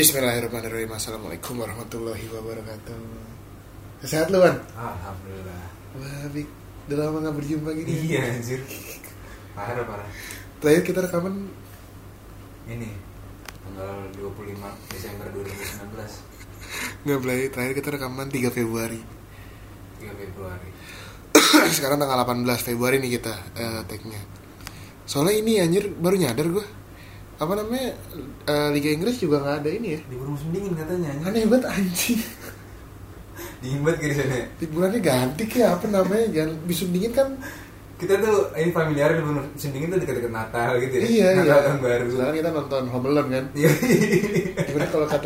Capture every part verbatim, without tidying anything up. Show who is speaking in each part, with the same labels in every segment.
Speaker 1: Bismillahirrahmanirrahim. Assalamualaikum warahmatullahi wabarakatuh. Sehat lu, Wan?
Speaker 2: Alhamdulillah.
Speaker 1: Wah, Bik, udah lama gak berjumpa gini.
Speaker 2: Iya, anjir. Parah, parah.
Speaker 1: Terakhir kita rekaman
Speaker 2: Ini tanggal dua puluh lima Desember dua ribu sembilan belas.
Speaker 1: Nggak, Blay, terakhir kita rekaman tiga Februari.
Speaker 2: tiga Februari.
Speaker 1: Sekarang tanggal delapan belas Februari nih kita uh, tag-nya. Soalnya ini anjir baru nyadar gue. Apa namanya, uh, Liga Inggris juga nggak ada ini ya.
Speaker 2: Libur musim dingin katanya. Anjir.
Speaker 1: Aneh banget anjing.
Speaker 2: Dingin ke di sana.
Speaker 1: Liburannya ganti kayak apa namanya? Jangan musim dingin kan.
Speaker 2: Kita tuh ini familiar libur musim dingin tuh dekat-dekat Natal gitu ya.
Speaker 1: Iya,
Speaker 2: Natal
Speaker 1: iya.
Speaker 2: tahun baru.
Speaker 1: Sekarang kita nonton Home Alone kan.
Speaker 2: Iya.
Speaker 1: Gimana kalau kata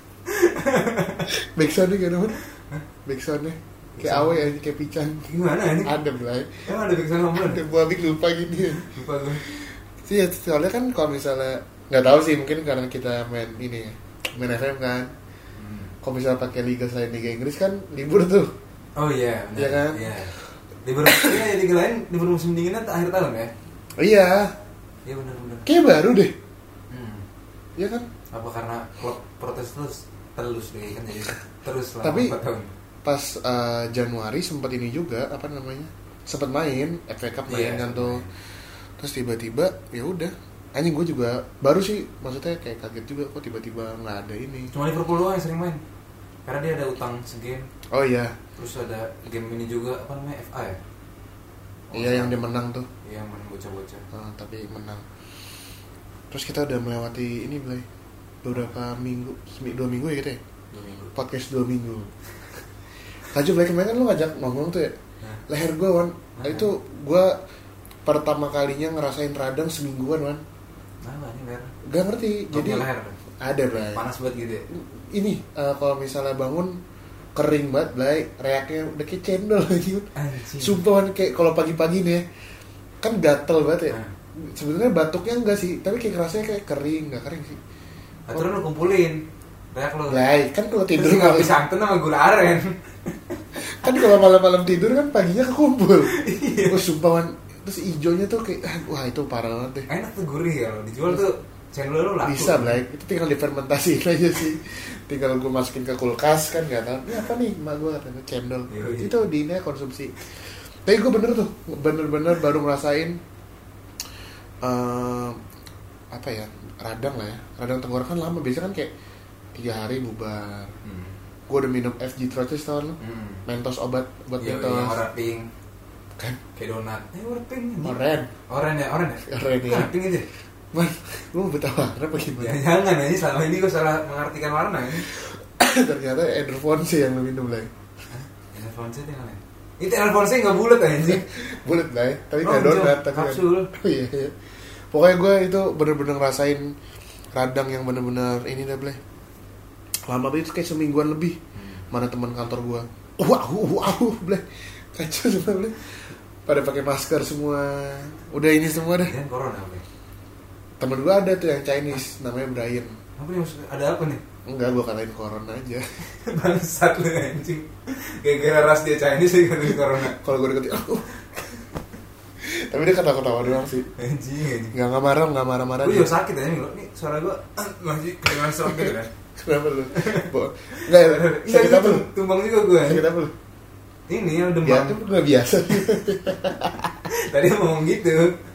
Speaker 1: backsoundnya kayak apa? Backsoundnya kayak awe aja, kayak pican.
Speaker 2: Gimana ini?
Speaker 1: Ada Blay.
Speaker 2: Emang ada bikin nomor?
Speaker 1: Ada gua Bik lupa gini.
Speaker 2: Lupa gue.
Speaker 1: Iya, soalnya kan kalau misalnya nggak tahu sih, mungkin karena kita main ini ya, main F M kan.
Speaker 2: Hmm.
Speaker 1: Kalau misalnya pakai liga selain Liga Inggris kan libur tuh.
Speaker 2: Oh iya, benar.
Speaker 1: Iya kan?
Speaker 2: Iya. Libur iya ya liga lain libur musim dinginnya akhir tahun ya.
Speaker 1: Oh, iya.
Speaker 2: Iya benar-benar.
Speaker 1: Kayak baru deh.
Speaker 2: Hmm.
Speaker 1: Iya kan?
Speaker 2: Apa karena klub protes terus terus deh kan jadi terus selama
Speaker 1: Tapi
Speaker 2: empat tahun.
Speaker 1: pas uh, Januari sempat ini juga, apa namanya? Sempat main F A Cup main
Speaker 2: Iya,
Speaker 1: kan tuh.
Speaker 2: main.
Speaker 1: Terus tiba-tiba ya udah. Anjing gue juga baru sih, maksudnya kayak kaget juga kok tiba-tiba nggak ada ini.
Speaker 2: Cuma Liverpool doang yang sering main. Karena dia ada utang segame.
Speaker 1: Oh iya.
Speaker 2: Terus ada game ini juga apa namanya F A ya? Oh,
Speaker 1: Iya yang dia menang tuh.
Speaker 2: Iya main bocah-bocah.
Speaker 1: Ah, tapi menang. Terus kita udah melewati ini Blay, beberapa minggu, semi- dua minggu ya kita ya?
Speaker 2: Dua minggu.
Speaker 1: Podcast dua minggu. Kaju Blay, kemarin kan lu ngajak nongkrong tuh ya?
Speaker 2: Nah.
Speaker 1: Leher gue, Wan.
Speaker 2: Nah.
Speaker 1: Itu gue pertama kalinya ngerasain radang semingguan, Wan.
Speaker 2: Nah, ini leher.
Speaker 1: Gak ngerti.
Speaker 2: Oh,
Speaker 1: Jadi
Speaker 2: punya leher.
Speaker 1: ada Blay.
Speaker 2: Panas banget gitu ya.
Speaker 1: Ini uh, kalau misalnya bangun kering banget Blay, reaknya udah kayak cendol lagi.
Speaker 2: Anjing.
Speaker 1: Sumpah Wan, kayak kalau pagi-pagi nih ya, kan gatel banget ya.
Speaker 2: Nah.
Speaker 1: Sebenarnya batuknya enggak sih, tapi kayak rasanya kayak kering, enggak kering sih.
Speaker 2: Aturan lu kumpulin. Reak lu.
Speaker 1: Lah, kan kalau tidur
Speaker 2: Terus
Speaker 1: malam,
Speaker 2: nggak santan sama gula aren.
Speaker 1: kan kalau malam-malam tidur kan paginya kekumpul.
Speaker 2: Iya.
Speaker 1: Terus sumpah Wan, terus hijaunya tuh kayak wah itu parah banget deh.
Speaker 2: Enak tuh gurih ya kalau dijual tuh cendol lu laku.
Speaker 1: Bisa Blay, itu tinggal difermentasiin aja sih. Tinggal gue masukin ke kulkas kan nggak tahu. Ini apa nih? Mak gue katanya cendol.
Speaker 2: Yoi.
Speaker 1: Itu di ini konsumsi. Tapi gue bener tuh, bener-bener baru ngerasain uh, apa ya, radang lah ya. Radang tenggorokan lama, biasanya kan kayak tiga hari bubar.
Speaker 2: Hmm.
Speaker 1: Gue udah minum F G Troches tau lu?
Speaker 2: Hmm.
Speaker 1: Mentos obat buat
Speaker 2: Iya,
Speaker 1: mentos.
Speaker 2: yang warna pink.
Speaker 1: Kan?
Speaker 2: Kayak donat. Eh, warna pink.
Speaker 1: Oren.
Speaker 2: Oren ya, oren ya?
Speaker 1: Oren, ya.
Speaker 2: Kan pink aja.
Speaker 1: Man, lu mau betah warna apa gimana?
Speaker 2: Ya, jangan aja, selama ini gue salah mengartikan warna ini.
Speaker 1: Ternyata Ederfonse yang lu minum lah.
Speaker 2: Enerfonse itu yang lain. Itu Enerfonse nggak bulat anjing.
Speaker 1: Bulat lah ya, tapi nggak
Speaker 2: Lonjong,
Speaker 1: donat. Tapi
Speaker 2: kapsul.
Speaker 1: Oh, iya, iya. Pokoknya gue itu bener-bener ngerasain radang yang bener-bener ini dah Blay. Lama banget, itu kayak semingguan lebih.
Speaker 2: Hmm.
Speaker 1: Mana teman kantor gue, wah, wah, wah, Blay. Kacau semua Blay. Pada pakai masker semua. Udah ini semua dah.
Speaker 2: Dan corona apa?
Speaker 1: Temen gue ada tuh yang Chinese, namanya Brian.
Speaker 2: Apa nih maksudnya? Ada apa nih?
Speaker 1: Enggak, gue kalahin corona aja.
Speaker 2: Bangsat lu anjing. Gara-gara ras dia Chinese sih gara corona.
Speaker 1: Kalau gue deketin, oh. Tapi dia ketawa-ketawa doang sih.
Speaker 2: Anjing anjing.
Speaker 1: Nggak nggak marah, nggak marah-marah.
Speaker 2: Gue
Speaker 1: dia.
Speaker 2: juga sakit aja nih lo. Nih suara gue masih kayak serem gitu kan.
Speaker 1: Kenapa lu? Bo- Nggak,
Speaker 2: Iya,
Speaker 1: sakit apa lu?
Speaker 2: tumbang juga gue.
Speaker 1: Sakit apa lu?
Speaker 2: Ini yang
Speaker 1: Ya,
Speaker 2: demam.
Speaker 1: itu nggak biasa.
Speaker 2: Tadi ngomong gitu.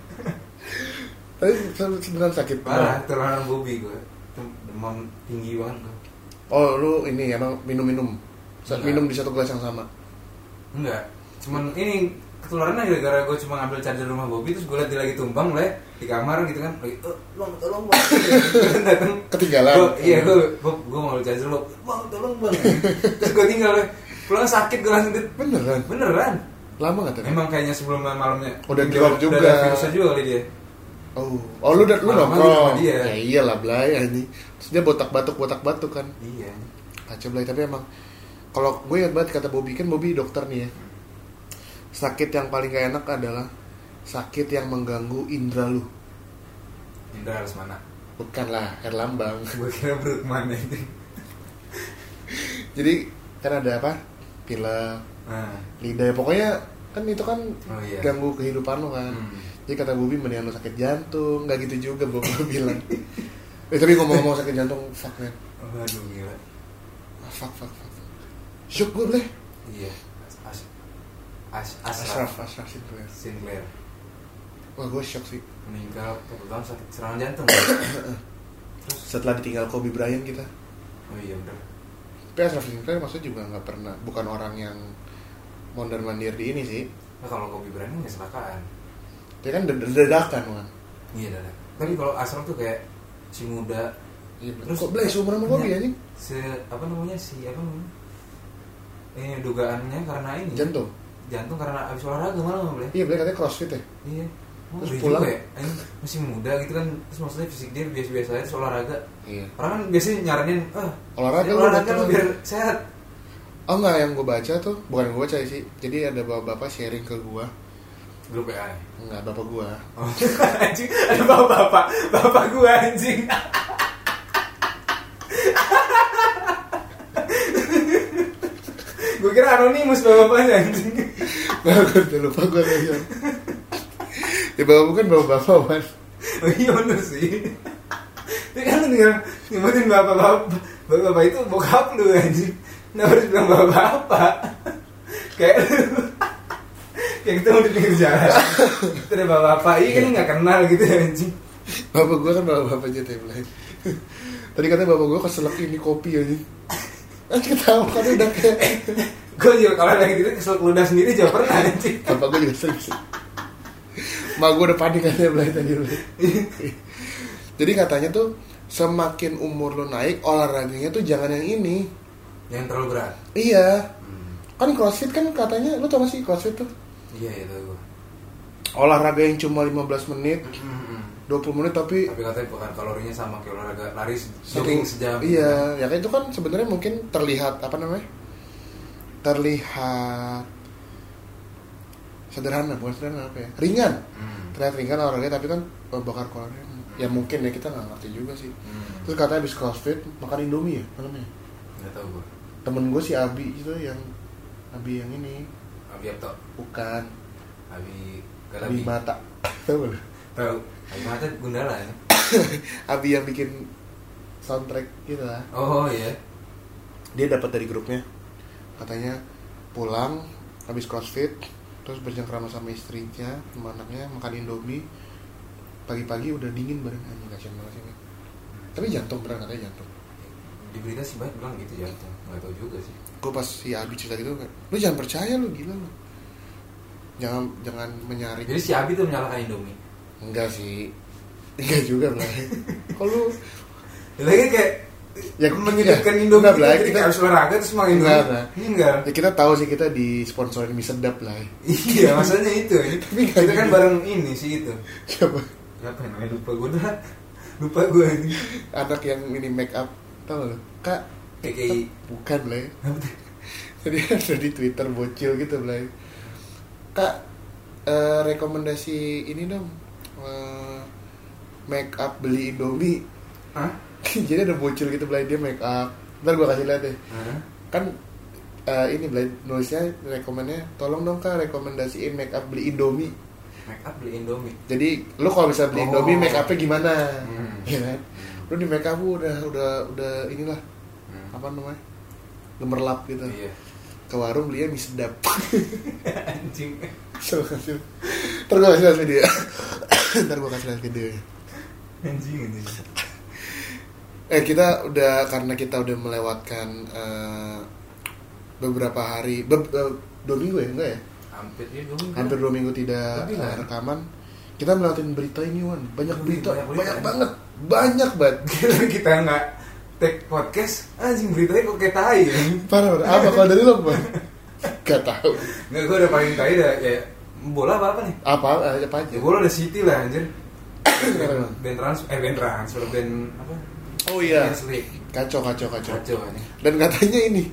Speaker 1: Tapi sebenarnya sakit.
Speaker 2: Parah, turunan Bobby gue. Demam tinggi banget gue.
Speaker 1: Oh, lu ini emang minum-minum. Saat
Speaker 2: Enggak.
Speaker 1: minum di satu gelas yang sama.
Speaker 2: Enggak. Cuman ini ketularannya gara-gara gue cuma ngambil charger rumah Bobby terus gue liat dia lagi tumbang mulai di kamar gitu kan. Lagi, "Eh, Bang, tolong Bang." Datang.
Speaker 1: Ketinggalan.
Speaker 2: Gua, iya, gue gue gue mau ngambil charger lo. "Bang, tolong Bang." Terus gue tinggal le. Pulang sakit gue langsung dit.
Speaker 1: Beneran?
Speaker 2: Beneran.
Speaker 1: Lama nggak tadi?
Speaker 2: Memang kayaknya sebelum malamnya
Speaker 1: Udah drop juga.
Speaker 2: Udah ada virusnya juga kali dia.
Speaker 1: Oh, oh lu udah lu
Speaker 2: Malam-malam
Speaker 1: nongkrong.
Speaker 2: sama dia.
Speaker 1: Ya iyalah Blay ini. Terus dia botak batuk botak batuk kan.
Speaker 2: Iya.
Speaker 1: Kacau Blay, tapi emang kalau gue ingat banget kata Bobby, kan Bobby dokter nih ya. Sakit yang paling gak enak adalah sakit yang mengganggu indera lu.
Speaker 2: Indra harus mana?
Speaker 1: Bukan lah, Herlambang.
Speaker 2: Gue kira Brugman itu.
Speaker 1: Jadi kan ada apa? Pilek,
Speaker 2: Nah.
Speaker 1: lidah, pokoknya kan itu kan
Speaker 2: Oh, iya.
Speaker 1: ganggu kehidupan lo kan.
Speaker 2: Hmm.
Speaker 1: Jadi kata Bobby mendingan lo sakit jantung, nggak gitu juga Bobby bilang. Eh tapi ngomong-ngomong sakit jantung, fuck man.
Speaker 2: Waduh gila.
Speaker 1: Ah, fuck fuck fuck. Syuk gue boleh.
Speaker 2: Iya. As As
Speaker 1: Ashraf
Speaker 2: Ashraf
Speaker 1: Ashraf Sinclair.
Speaker 2: Sinclair
Speaker 1: Wah gue shock sih.
Speaker 2: meninggal kebetulan sakit serangan jantung. Terus
Speaker 1: Setelah ditinggal Kobe Bryant kita.
Speaker 2: oh iya benar.
Speaker 1: Tapi Ashraf Sinclair maksudnya juga nggak pernah, bukan orang yang mondar mandir di ini sih.
Speaker 2: Nah, kalau Kobe Bryant nggak kecelakaan.
Speaker 1: Dia kan dadakan kan.
Speaker 2: Iya dah. Tapi kalau Ashraf tuh kayak si muda.
Speaker 1: Iya,
Speaker 2: Terus
Speaker 1: kok Blay seumur sama Kobe
Speaker 2: iya,
Speaker 1: anjing?
Speaker 2: Se apa namanya si apa namanya? Eh dugaannya karena ini.
Speaker 1: Jantung.
Speaker 2: Jantung karena abis olahraga malah boleh.
Speaker 1: Iya, Blay katanya CrossFit ya.
Speaker 2: Iya. Oh,
Speaker 1: Terus
Speaker 2: iya
Speaker 1: pulang
Speaker 2: juga ya. Ini masih muda gitu kan. Terus maksudnya fisik dia biasa-biasa aja terus olahraga.
Speaker 1: Iya.
Speaker 2: Orang kan biasanya nyaranin, ah
Speaker 1: Olahraga lu
Speaker 2: olahraga
Speaker 1: betul.
Speaker 2: lu biar sehat.
Speaker 1: Oh enggak, yang gue baca tuh bukan yang gue baca sih. Jadi ada bapak-bapak sharing ke gue.
Speaker 2: Grup W A.
Speaker 1: Enggak, bapak gue.
Speaker 2: Oh, anjing, ada bapak-bapak, bapak gua anjing. Gue kira anonimus bapak-bapaknya anjing.
Speaker 1: Nah, gue lupa gue kayaknya. Ya bapak bukan bapak-bapak kan.
Speaker 2: Oh iya bener sih. Tapi kan lu tinggal nyebutin bapak-bapak. Bapak-bapak itu bokap lu anjing. Nah harus bilang bapak-bapak. Kayak kayak kita mau di pinggir jalan. Itu ada bapak-bapak, iya kan gak kenal gitu anjing.
Speaker 1: Bapak gue kan bapak-bapak aja template. Tadi katanya bapak gue keselak ini kopi aja. Kan ketawa kan udah kayak.
Speaker 2: Gue juga kalau lagi gitu kesel ludah sendiri juga pernah anjing.
Speaker 1: Bapak gue juga sering sih. Mak gue udah panik katanya Blay tadi. Jadi katanya tuh semakin umur lo naik, olahraganya tuh jangan yang ini.
Speaker 2: Yang terlalu berat.
Speaker 1: Iya.
Speaker 2: Hmm.
Speaker 1: Kan CrossFit kan katanya, lo tau gak sih CrossFit tuh?
Speaker 2: Iya itu gue.
Speaker 1: Olahraga yang cuma lima belas menit,
Speaker 2: Mm-hmm.
Speaker 1: dua puluh menit tapi
Speaker 2: Tapi katanya bukan kalorinya sama kayak olahraga lari jogging sejam.
Speaker 1: Iya, ya kan itu kan sebenarnya mungkin terlihat apa namanya? Terlihat sederhana, bukan sederhana apa ya? Ringan.
Speaker 2: Hmm.
Speaker 1: Terlihat ringan olahraga tapi kan bakar kalori. Ya mungkin ya kita nggak ngerti juga sih.
Speaker 2: Hmm.
Speaker 1: Terus katanya habis CrossFit makan Indomie ya, malamnya.
Speaker 2: Nggak tahu gue.
Speaker 1: Temen gue si Abi itu yang Abi yang ini,
Speaker 2: Abi Abto.
Speaker 1: bukan
Speaker 2: Abi
Speaker 1: Abi
Speaker 2: Galabi.
Speaker 1: Mata. Tahu nggak?
Speaker 2: Tahu. Abi Mata Gundala ya.
Speaker 1: Abi yang bikin soundtrack gitu lah.
Speaker 2: Oh iya.
Speaker 1: Dia dapat dari grupnya, katanya pulang habis CrossFit terus bercengkrama sama istrinya sama anaknya makan Indomie, pagi-pagi udah dingin bareng anjing, kasian banget sih. Tapi jantung beneran katanya jantung.
Speaker 2: Di berita sih banyak bilang gitu jantung. Nggak tahu juga sih.
Speaker 1: Gue pas si Abi cerita gitu, lu jangan percaya lu, gila lu, jangan jangan menyaring.
Speaker 2: Jadi si Abi tuh menyalahkan Indomie.
Speaker 1: Enggak sih, enggak juga lah. Kalau
Speaker 2: Lagi kayak
Speaker 1: ya
Speaker 2: menyedihkan
Speaker 1: ya,
Speaker 2: Indomie
Speaker 1: enggak,
Speaker 2: kita,
Speaker 1: Blay,
Speaker 2: kita
Speaker 1: kita-
Speaker 2: harus olahraga terus makan Indomie.
Speaker 1: Enggak, enggak.
Speaker 2: Ini enggak.
Speaker 1: ya kita tahu sih kita disponsorin mie sedap lah.
Speaker 2: Iya, maksudnya itu.
Speaker 1: Tapi nggak
Speaker 2: Kita kan
Speaker 1: gitu.
Speaker 2: bareng ini sih itu.
Speaker 1: Siapa?
Speaker 2: Siapa yang namanya lupa gue dah. Lupa gue ini.
Speaker 1: Anak yang ini make up, tau gak lu? Kak,
Speaker 2: K K I.
Speaker 1: bukan lah. Jadi ada di Twitter bocil gitu lah. Kak, eh, rekomendasi ini dong, eh, make up beli Indomie.
Speaker 2: Hah?
Speaker 1: Jadi ada bocil gitu Blay, dia make up. Ntar gue kasih lihat deh.
Speaker 2: Hah?
Speaker 1: Kan eh, ini Blay nulisnya rekomennya, tolong dong Kak rekomendasiin make up beli Indomie.
Speaker 2: Make up beli Indomie.
Speaker 1: Jadi lu kalau bisa beli
Speaker 2: Oh.
Speaker 1: Indomie make upnya gimana?
Speaker 2: Hmm.
Speaker 1: Ya kan? Lu di make up lu udah udah udah inilah
Speaker 2: Hmm.
Speaker 1: apa namanya? Gemerlap gitu.
Speaker 2: Iya.
Speaker 1: Ke warung belinya mie sedap.
Speaker 2: Anjing.
Speaker 1: So, kasih. Ntar gue kasih lihat video. Ntar gue kasih lihat videonya.
Speaker 2: Anjing anjing.
Speaker 1: Eh kita udah, karena kita udah melewatkan eh, beberapa hari, be- be- dua minggu ya enggak ya?
Speaker 2: Hampir ya dong.
Speaker 1: Hampir dua minggu tidak
Speaker 2: Lebih lah.
Speaker 1: eh, rekaman. Kita melewatin berita ini Wan, banyak
Speaker 2: Lebih,
Speaker 1: berita,
Speaker 2: banyak
Speaker 1: banyak,
Speaker 2: berita, ya.
Speaker 1: banget, banyak banget.
Speaker 2: Gila kita nggak take podcast, anjing beritanya kok kayak tai ya.
Speaker 1: Parah, parah. Apa kalau dari lo Bang? Gak tahu.
Speaker 2: Nggak, gue udah paling tai dah ya. Bola apa apa nih?
Speaker 1: Apa apa aja?
Speaker 2: Ya bola udah City lah anjir.
Speaker 1: Kenapa?
Speaker 2: Band trans, eh band transfer, band apa?
Speaker 1: Oh iya.
Speaker 2: Champions League.
Speaker 1: Kacau, kacau, kacau.
Speaker 2: Kacau ini.
Speaker 1: Dan katanya ini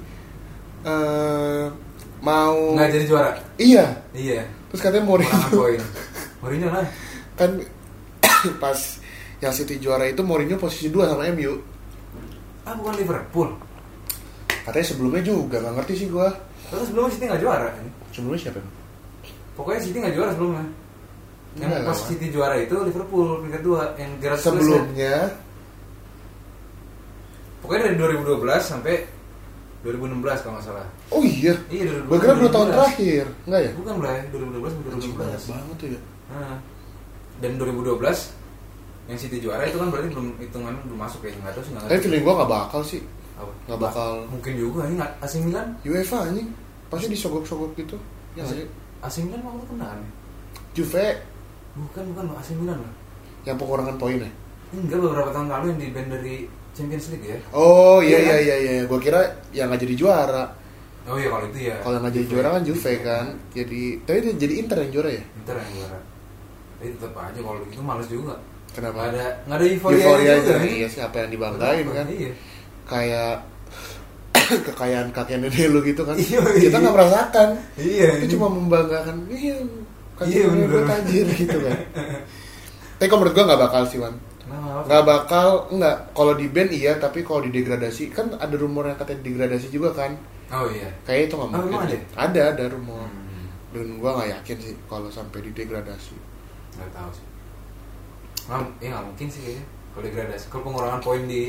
Speaker 1: eh mau
Speaker 2: Nggak jadi juara.
Speaker 1: Iya.
Speaker 2: Iya.
Speaker 1: Terus katanya
Speaker 2: Menang
Speaker 1: Mourinho
Speaker 2: poin. Mourinho lah.
Speaker 1: kan pas yang City juara itu Mourinho posisi dua sama M U.
Speaker 2: Ah bukan Liverpool.
Speaker 1: Katanya sebelumnya juga, nggak ngerti sih gua.
Speaker 2: Terus sebelumnya City nggak juara. Kan?
Speaker 1: Sebelumnya siapa?
Speaker 2: Pokoknya City nggak juara sebelumnya. Yang
Speaker 1: Enggak
Speaker 2: pas
Speaker 1: lah,
Speaker 2: City juara itu Liverpool peringkat dua yang Gerrard Southgate.
Speaker 1: Sebelumnya
Speaker 2: pokoknya dari dua ribu dua belas sampai dua ribu enam belas kalau nggak salah.
Speaker 1: Oh iya.
Speaker 2: Iya dua ribu dua belas.
Speaker 1: Gue kira dua tahun terakhir, enggak ya?
Speaker 2: Bukan lah, dua ribu dua belas sampai dua ribu enam belas.
Speaker 1: Banyak banget tuh ya.
Speaker 2: Nah, dan dua ribu dua belas yang City juara itu kan berarti belum hitungan belum masuk ya, nggak tahu sih nggak.
Speaker 1: Tapi feeling gue nggak bakal sih.
Speaker 2: Apa?
Speaker 1: Nggak bakal.
Speaker 2: Mungkin juga ini A C Milan.
Speaker 1: UEFA anjing pasti disogok-sogok gitu. Ya nggak sih?
Speaker 2: A C Milan waktu itu kenaan.
Speaker 1: Juve.
Speaker 2: Bukan bukan A C Milan lah.
Speaker 1: Yang pengurangan poin ya?
Speaker 2: Enggak, beberapa tahun lalu yang di band dari Champions League ya.
Speaker 1: Oh iya
Speaker 2: Iya
Speaker 1: iya iya iya. Gue kira yang nggak jadi juara.
Speaker 2: Oh iya kalau itu ya.
Speaker 1: Kalau nggak jadi juara kan Juve kan. Jadi tapi dia jadi Inter yang juara ya?
Speaker 2: Inter yang juara. Tapi tetap aja kalau itu males juga.
Speaker 1: Kenapa?
Speaker 2: Nggak ada nggak ada euforia,
Speaker 1: Euforia
Speaker 2: juga.
Speaker 1: aja. Iya siapa yang dibanggain kan?
Speaker 2: Iya.
Speaker 1: Kayak kekayaan kakek nenek lu gitu kan?
Speaker 2: Iya,
Speaker 1: Kita nggak merasakan.
Speaker 2: Iya.
Speaker 1: Itu cuma membanggakan. Iya. Kakek
Speaker 2: Iya,
Speaker 1: nenek gue
Speaker 2: bener.
Speaker 1: tajir gitu kan. Tapi kalau menurut gue nggak bakal sih Wan.
Speaker 2: Kenapa?
Speaker 1: Nggak bakal, nggak. Kalau di band iya, tapi kalau di degradasi kan ada rumor yang katanya degradasi juga kan.
Speaker 2: Oh iya.
Speaker 1: Kayak itu nggak
Speaker 2: Oh,
Speaker 1: mungkin.
Speaker 2: emang ada?
Speaker 1: Ada ada rumor.
Speaker 2: Hmm.
Speaker 1: Dan gue nggak yakin sih kalau sampai di degradasi.
Speaker 2: Nggak tahu sih. Nggak, ya nggak mungkin sih kayaknya. Kalau degradasi, kalau pengurangan poin di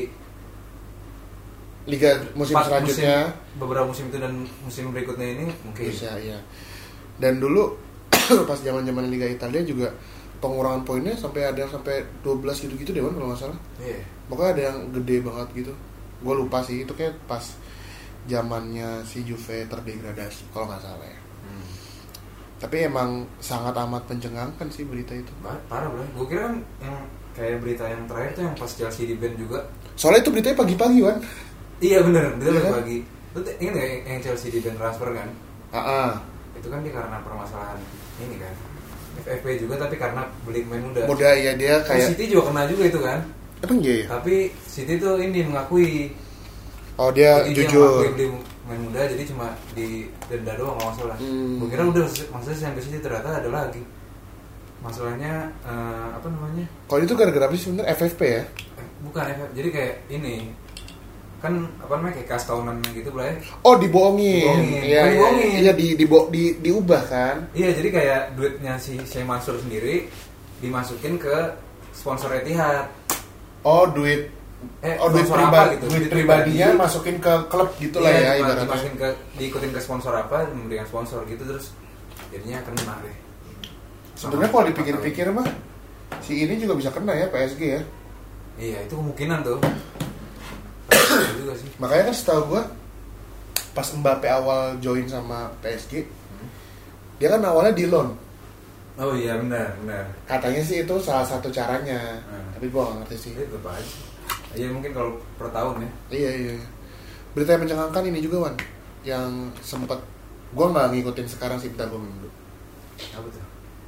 Speaker 1: Liga musim
Speaker 2: empat
Speaker 1: selanjutnya
Speaker 2: musim, beberapa musim itu dan musim berikutnya ini mungkin.
Speaker 1: bisa ya. Dan dulu pas zaman-zaman Liga Italia juga pengurangan poinnya sampai ada sampai dua belas gitu-gitu deh Wan kalau nggak salah.
Speaker 2: Iya.
Speaker 1: Pokoknya ada yang gede banget gitu. Gue lupa sih itu kayak pas zamannya si Juve terdegradasi kalau nggak salah ya.
Speaker 2: Hmm.
Speaker 1: Tapi emang sangat amat mencengangkan sih berita itu.
Speaker 2: Bah, parah bro. Gue kira kan yang kayak berita yang terakhir tuh yang pas Chelsea di band juga.
Speaker 1: Soalnya itu beritanya pagi-pagi Wan.
Speaker 2: Iya bener, betul
Speaker 1: Iya kan?
Speaker 2: pagi. Lu t- ingat gak yang Chelsea di band transfer kan?
Speaker 1: Ah, ah.
Speaker 2: Itu kan dia karena permasalahan ini kan. F F P juga tapi karena beli pemain muda.
Speaker 1: Muda ya dia
Speaker 2: Terus
Speaker 1: kayak.
Speaker 2: City juga kena juga itu kan.
Speaker 1: Emang iya ya?
Speaker 2: Tapi City tuh ini mengakui.
Speaker 1: Oh dia
Speaker 2: Jadi dia
Speaker 1: jujur.
Speaker 2: mengakui beli pemain muda jadi cuma di denda doang nggak masalah.
Speaker 1: Hmm.
Speaker 2: Gue kira udah maksudnya sampai City ternyata ada lagi. Masalahnya eh, apa namanya?
Speaker 1: Kalau itu gara-gara apa sih sebenarnya F F P ya?
Speaker 2: Eh, bukan F F P. Jadi kayak ini kan apa namanya kayak kas tahunan gitu lah ya.
Speaker 1: Oh dibohongin.
Speaker 2: Dibohongin.
Speaker 1: Iya,
Speaker 2: Bukan
Speaker 1: iya,
Speaker 2: dibohongin.
Speaker 1: iya di, di, di, diubah kan.
Speaker 2: Iya, jadi kayak duitnya si Sheikh Mansur sendiri dimasukin ke sponsor Etihad.
Speaker 1: Oh duit.
Speaker 2: Eh,
Speaker 1: Oh duit
Speaker 2: sponsor
Speaker 1: pribadi,
Speaker 2: apa gitu?
Speaker 1: duit pribadinya masukin ke klub gitu lah
Speaker 2: Iya,
Speaker 1: ya
Speaker 2: dima-
Speaker 1: ibaratnya.
Speaker 2: dimasukin ke diikutin ke sponsor apa, memberikan sponsor gitu terus jadinya kena deh.
Speaker 1: Sebenarnya kalau dipikir-pikir mah si ini juga bisa kena ya P S G ya.
Speaker 2: Iya, itu kemungkinan tuh. Itu juga sih.
Speaker 1: Makanya kan setahu gua pas Mbappe awal join sama P S G,
Speaker 2: Hmm.
Speaker 1: dia kan awalnya di loan.
Speaker 2: Oh iya benar, benar.
Speaker 1: Katanya sih itu salah satu caranya.
Speaker 2: Hmm.
Speaker 1: Tapi gua nggak ngerti sih.
Speaker 2: Itu tetap aja. Iya mungkin kalau per tahun ya.
Speaker 1: Iya iya. iya. Berita yang mencengangkan ini juga Wan, yang sempat gua nggak ngikutin sekarang sih, bentar gua minum dulu.
Speaker 2: Apa tuh?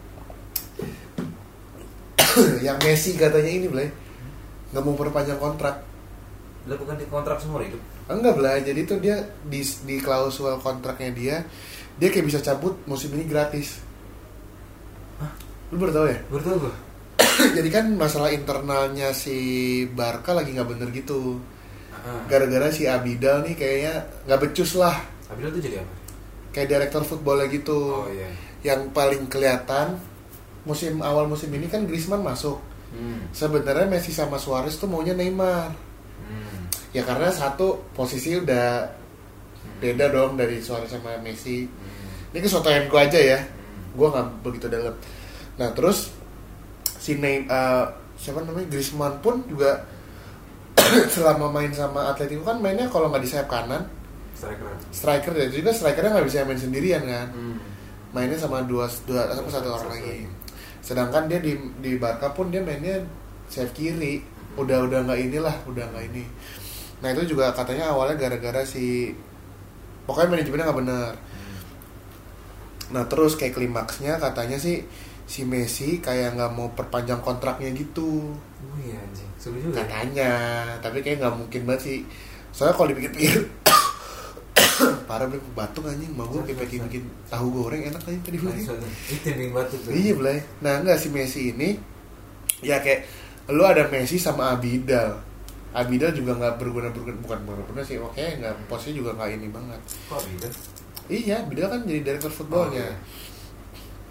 Speaker 1: Yang Messi katanya ini Blay nggak mau perpanjang kontrak.
Speaker 2: Lah bukan di kontrak seumur hidup.
Speaker 1: Enggak Blay, jadi tuh dia di, di klausul kontraknya dia dia kayak bisa cabut musim ini gratis.
Speaker 2: Hah?
Speaker 1: Lu baru tahu ya?
Speaker 2: Baru tau gue.
Speaker 1: Jadi kan masalah internalnya si Barca lagi nggak bener gitu.
Speaker 2: Uh-huh.
Speaker 1: Gara-gara si Abidal nih kayaknya nggak becus lah.
Speaker 2: Abidal tuh jadi apa?
Speaker 1: Kayak direktur footballnya gitu.
Speaker 2: Oh iya.
Speaker 1: Yang paling kelihatan musim awal musim ini kan Griezmann masuk.
Speaker 2: Hmm.
Speaker 1: Sebenarnya Messi sama Suarez tuh maunya Neymar.
Speaker 2: Hmm.
Speaker 1: Ya karena satu posisi udah beda dong dari Suarez sama Messi.
Speaker 2: Hmm.
Speaker 1: Ini kesotoyan gue aja ya.
Speaker 2: Hmm.
Speaker 1: Gue nggak begitu dalam. Nah terus si Neymar, uh, siapa namanya Griezmann pun juga selama main sama Atletico kan mainnya kalau nggak di sayap kanan,
Speaker 2: Striker.
Speaker 1: striker ya itu juga strikernya nggak bisa main sendirian kan.
Speaker 2: Hmm.
Speaker 1: Mainnya sama dua dua satu, satu orang lagi. Sedangkan dia di di Barca pun dia mainnya sayap kiri. Udah udah nggak inilah, udah nggak ini. Nah itu juga katanya awalnya gara-gara si pokoknya manajemennya nggak benar. Nah terus kayak klimaksnya katanya sih si Messi kayak nggak mau perpanjang kontraknya gitu.
Speaker 2: Oh iya anjing. Seru juga.
Speaker 1: Katanya, tapi kayak nggak mungkin banget sih. Soalnya kalau dipikir-pikir parah belum batuk anjing, mau gue kayak bikin bikin tahu goreng enak aja tadi Blay.
Speaker 2: Itu yang batu tuh.
Speaker 1: Iya Blay. Nah enggak si Messi ini ya kayak lu ada Messi sama Abidal. Abidal juga nggak berguna berguna bukan berguna sih, oke nggak posisinya juga nggak ini banget.
Speaker 2: Kok gitu?
Speaker 1: Iya, Abidal kan jadi direktur footballnya.
Speaker 2: Oh, iya.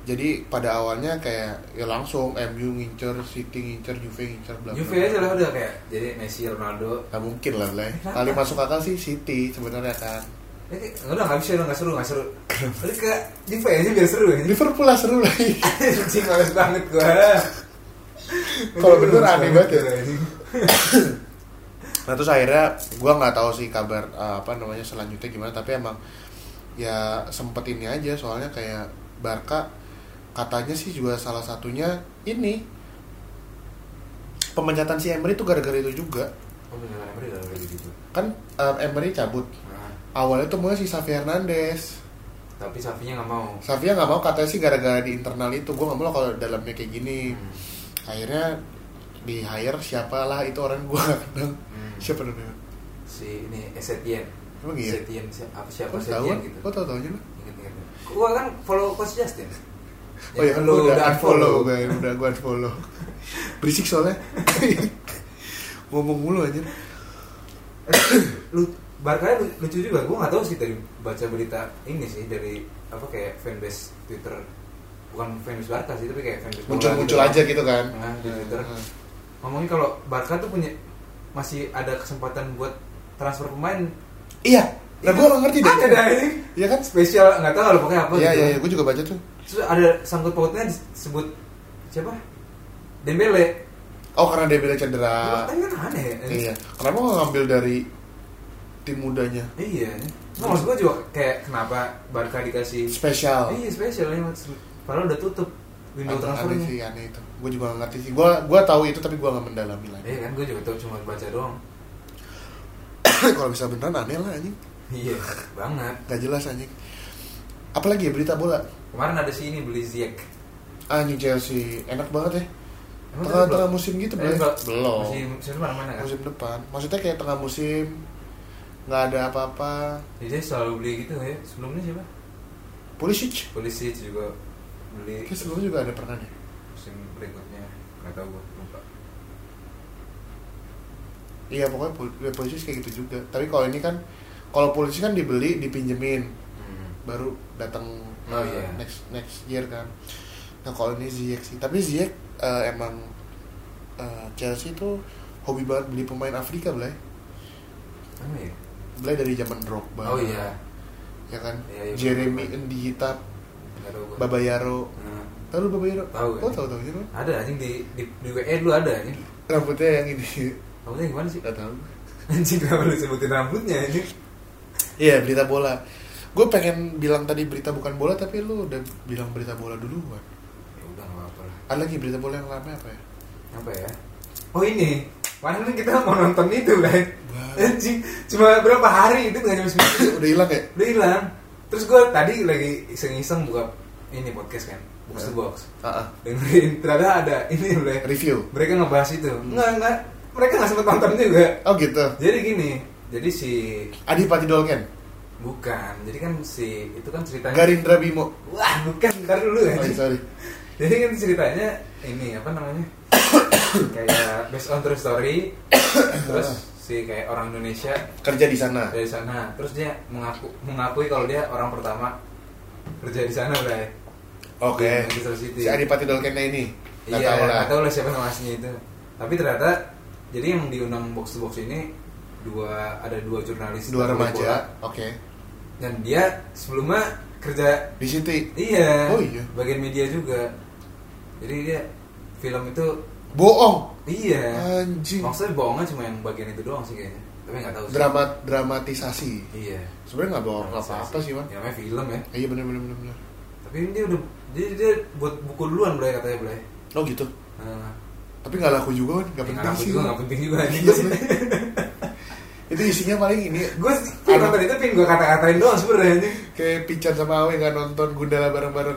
Speaker 1: Jadi pada awalnya kayak ya langsung M U ngincer, City ngincer, Juve ngincer, bla bla.
Speaker 2: Juve aja lah udah kayak jadi Messi, Ronaldo.
Speaker 1: Gak mungkin lah, Blay. Paling masuk akal sih City sebenarnya kan.
Speaker 2: Ya, udah nggak bisa, udah nggak seru, nggak seru. Tapi ke Juve aja biar seru ya.
Speaker 1: Liverpool lah seru lah.
Speaker 2: Anjing males banget gua.
Speaker 1: Kalau bener aneh banget ya. Nah terus akhirnya gue nggak tahu sih kabar uh, apa namanya selanjutnya gimana, tapi emang ya sempet ini aja soalnya kayak Barca katanya sih juga salah satunya ini pemecatan si Emery itu gara-gara itu juga.
Speaker 2: Oh beneran Emery gara-gara gitu.
Speaker 1: Kan uh, Emery cabut.
Speaker 2: Nah.
Speaker 1: Awalnya tuh mulai si Xavi Hernandez.
Speaker 2: Tapi Xavinya nggak mau.
Speaker 1: Xavinya nggak mau katanya sih gara-gara di internal itu. Gue nggak mau kalau dalamnya kayak gini. Hmm. Akhirnya di hire siapalah itu orang gue nggak kenal. Hmm. Siapa namanya?
Speaker 2: Si ini Setien.
Speaker 1: Emang iya?
Speaker 2: Setien apa siapa
Speaker 1: Setien
Speaker 2: gitu.
Speaker 1: Kok tahu tahunya lo?
Speaker 2: Ingat-ingat. Gue kan follow Coach Justin.
Speaker 1: Oh ya, kan lu udah unfollow gue, udah gue unfollow. Berisik soalnya. Ngomong mulu aja.
Speaker 2: Lu Barca lucu juga, gue nggak tahu sih tadi baca berita ini sih dari apa kayak fanbase Twitter, bukan fanbase Barca sih tapi kayak fanbase
Speaker 1: muncul-muncul gitu aja gitu kan.
Speaker 2: Nah, di Twitter. Hmm. Ngomongin kalau Barca tuh punya masih ada kesempatan buat transfer pemain.
Speaker 1: Iya. Nah gue nggak ngerti deh.
Speaker 2: Ada dah ini.
Speaker 1: Iya kan
Speaker 2: spesial nggak tahu lo pokoknya apa.
Speaker 1: Iya
Speaker 2: gitu.
Speaker 1: iya iya, gue juga baca tuh.
Speaker 2: Terus ada sangkut pautnya disebut siapa? Dembele.
Speaker 1: Oh karena Dembele cedera.
Speaker 2: Tapi kan aneh.
Speaker 1: Iya. Kenapa nggak ngambil dari tim mudanya?
Speaker 2: Iya. Nah, maksud gue juga kayak kenapa Barca dikasih
Speaker 1: spesial.
Speaker 2: Iya spesial ya. Padahal udah tutup window transfernya.
Speaker 1: Aneh sih aneh itu. Gue juga nggak ngerti sih. Gue gue tahu itu tapi gue nggak mendalami lagi.
Speaker 2: Iya kan gue juga tahu cuma baca doang.
Speaker 1: Kalau bisa beneran aneh lah anjing.
Speaker 2: Iya banget.
Speaker 1: Gak jelas anjing. Apalagi ya berita bola.
Speaker 2: Kemarin ada si ini beli Ziyech.
Speaker 1: Anjing Chelsea enak banget ya. Tengah-tengah musim gitu belum?
Speaker 2: Eh,
Speaker 1: belum.
Speaker 2: Musim, musim depan mana kan?
Speaker 1: Musim depan. Maksudnya kayak tengah musim nggak ada apa-apa.
Speaker 2: Jadi dia selalu beli gitu ya. Sebelumnya siapa?
Speaker 1: Pulisic.
Speaker 2: Pulisic juga beli.
Speaker 1: Kayak sebelumnya juga ada pernah deh.
Speaker 2: Musim berikutnya nggak tahu gue lupa.
Speaker 1: Iya pokoknya Pulisic kayak gitu juga. Tapi kalau ini kan kalau Pulisic kan dibeli dipinjemin hmm. baru datang
Speaker 2: oh, uh, yeah.
Speaker 1: next next year kan. Nah kalau ini Ziyech sih. Tapi Ziyech uh, emang uh, Chelsea itu hobi banget beli pemain Afrika Blay.
Speaker 2: Apa ya?
Speaker 1: Blay dari zaman Drogba.
Speaker 2: Oh iya.
Speaker 1: Ya kan.
Speaker 2: Yeah, yeah,
Speaker 1: Jeremy Ndihita, Babayaro. Hmm. Tahu Babayaro?
Speaker 2: Tahu.
Speaker 1: Oh tahu tahu gitu.
Speaker 2: Ada anjing di di, di W E dulu ada anjing.
Speaker 1: Rambutnya yang ini.
Speaker 2: Rambutnya gimana sih?
Speaker 1: Gak tahu.
Speaker 2: Anjing kenapa lu sebutin rambutnya ini?
Speaker 1: Iya berita bola. Gue pengen bilang tadi berita bukan bola tapi lu udah bilang berita bola duluan.
Speaker 2: Ya udah nggak apa-apa lah.
Speaker 1: Ada lagi berita bola yang lama apa ya?
Speaker 2: Apa ya? Oh ini. Padahal kan kita mau nonton itu lah. Anjing cuma berapa hari itu nggak nyampe seminggu.
Speaker 1: Udah hilang ya?
Speaker 2: Udah hilang. Terus gue tadi lagi iseng-iseng buka ini podcast kan, box to box.
Speaker 1: Uh-uh.
Speaker 2: Dengerin ternyata ada ini boleh
Speaker 1: review.
Speaker 2: Mereka ngebahas itu. Enggak enggak. Mereka nggak sempet nonton juga.
Speaker 1: Oh gitu.
Speaker 2: Jadi gini. Jadi si
Speaker 1: Adipati Dolken?
Speaker 2: Bukan, jadi kan si itu kan ceritanya
Speaker 1: Garindra Bimo.
Speaker 2: Wah bukan, ntar dulu ya.
Speaker 1: Oh, sorry.
Speaker 2: Jadi kan ceritanya ini apa namanya kayak based on true story. Terus si kayak orang Indonesia
Speaker 1: kerja di sana.
Speaker 2: Dari sana, terus dia mengaku mengakui kalau dia orang pertama kerja di sana Bray.
Speaker 1: Oke. Okay. Si Adipati Dolkennya ini.
Speaker 2: Gak iya, tahu lah. Gak tahu lah siapa nama aslinya itu. Tapi ternyata jadi yang diundang box to box ini dua ada dua jurnalis
Speaker 1: dua remaja oke okay.
Speaker 2: Dan dia sebelumnya kerja
Speaker 1: di City
Speaker 2: iya
Speaker 1: oh iya
Speaker 2: bagian media juga jadi dia film itu
Speaker 1: bohong
Speaker 2: iya
Speaker 1: anjing
Speaker 2: maksudnya bohongnya cuma yang bagian itu doang sih kayaknya tapi nggak tahu sih.
Speaker 1: Drama dramatisasi
Speaker 2: iya
Speaker 1: sebenarnya nggak bohong nggak apa apa sih man
Speaker 2: ya namanya film ya
Speaker 1: iya benar benar benar benar
Speaker 2: tapi dia udah dia dia buat buku duluan Blay katanya Blay
Speaker 1: oh gitu
Speaker 2: nah.
Speaker 1: Tapi nggak laku juga kan nggak penting
Speaker 2: laku
Speaker 1: sih
Speaker 2: juga nggak penting juga nih
Speaker 1: itu isinya paling ini
Speaker 2: gue nonton itu pin gue kata-katain doang sebenarnya ini
Speaker 1: kayak Pican sama Awe nggak nonton Gundala bareng-bareng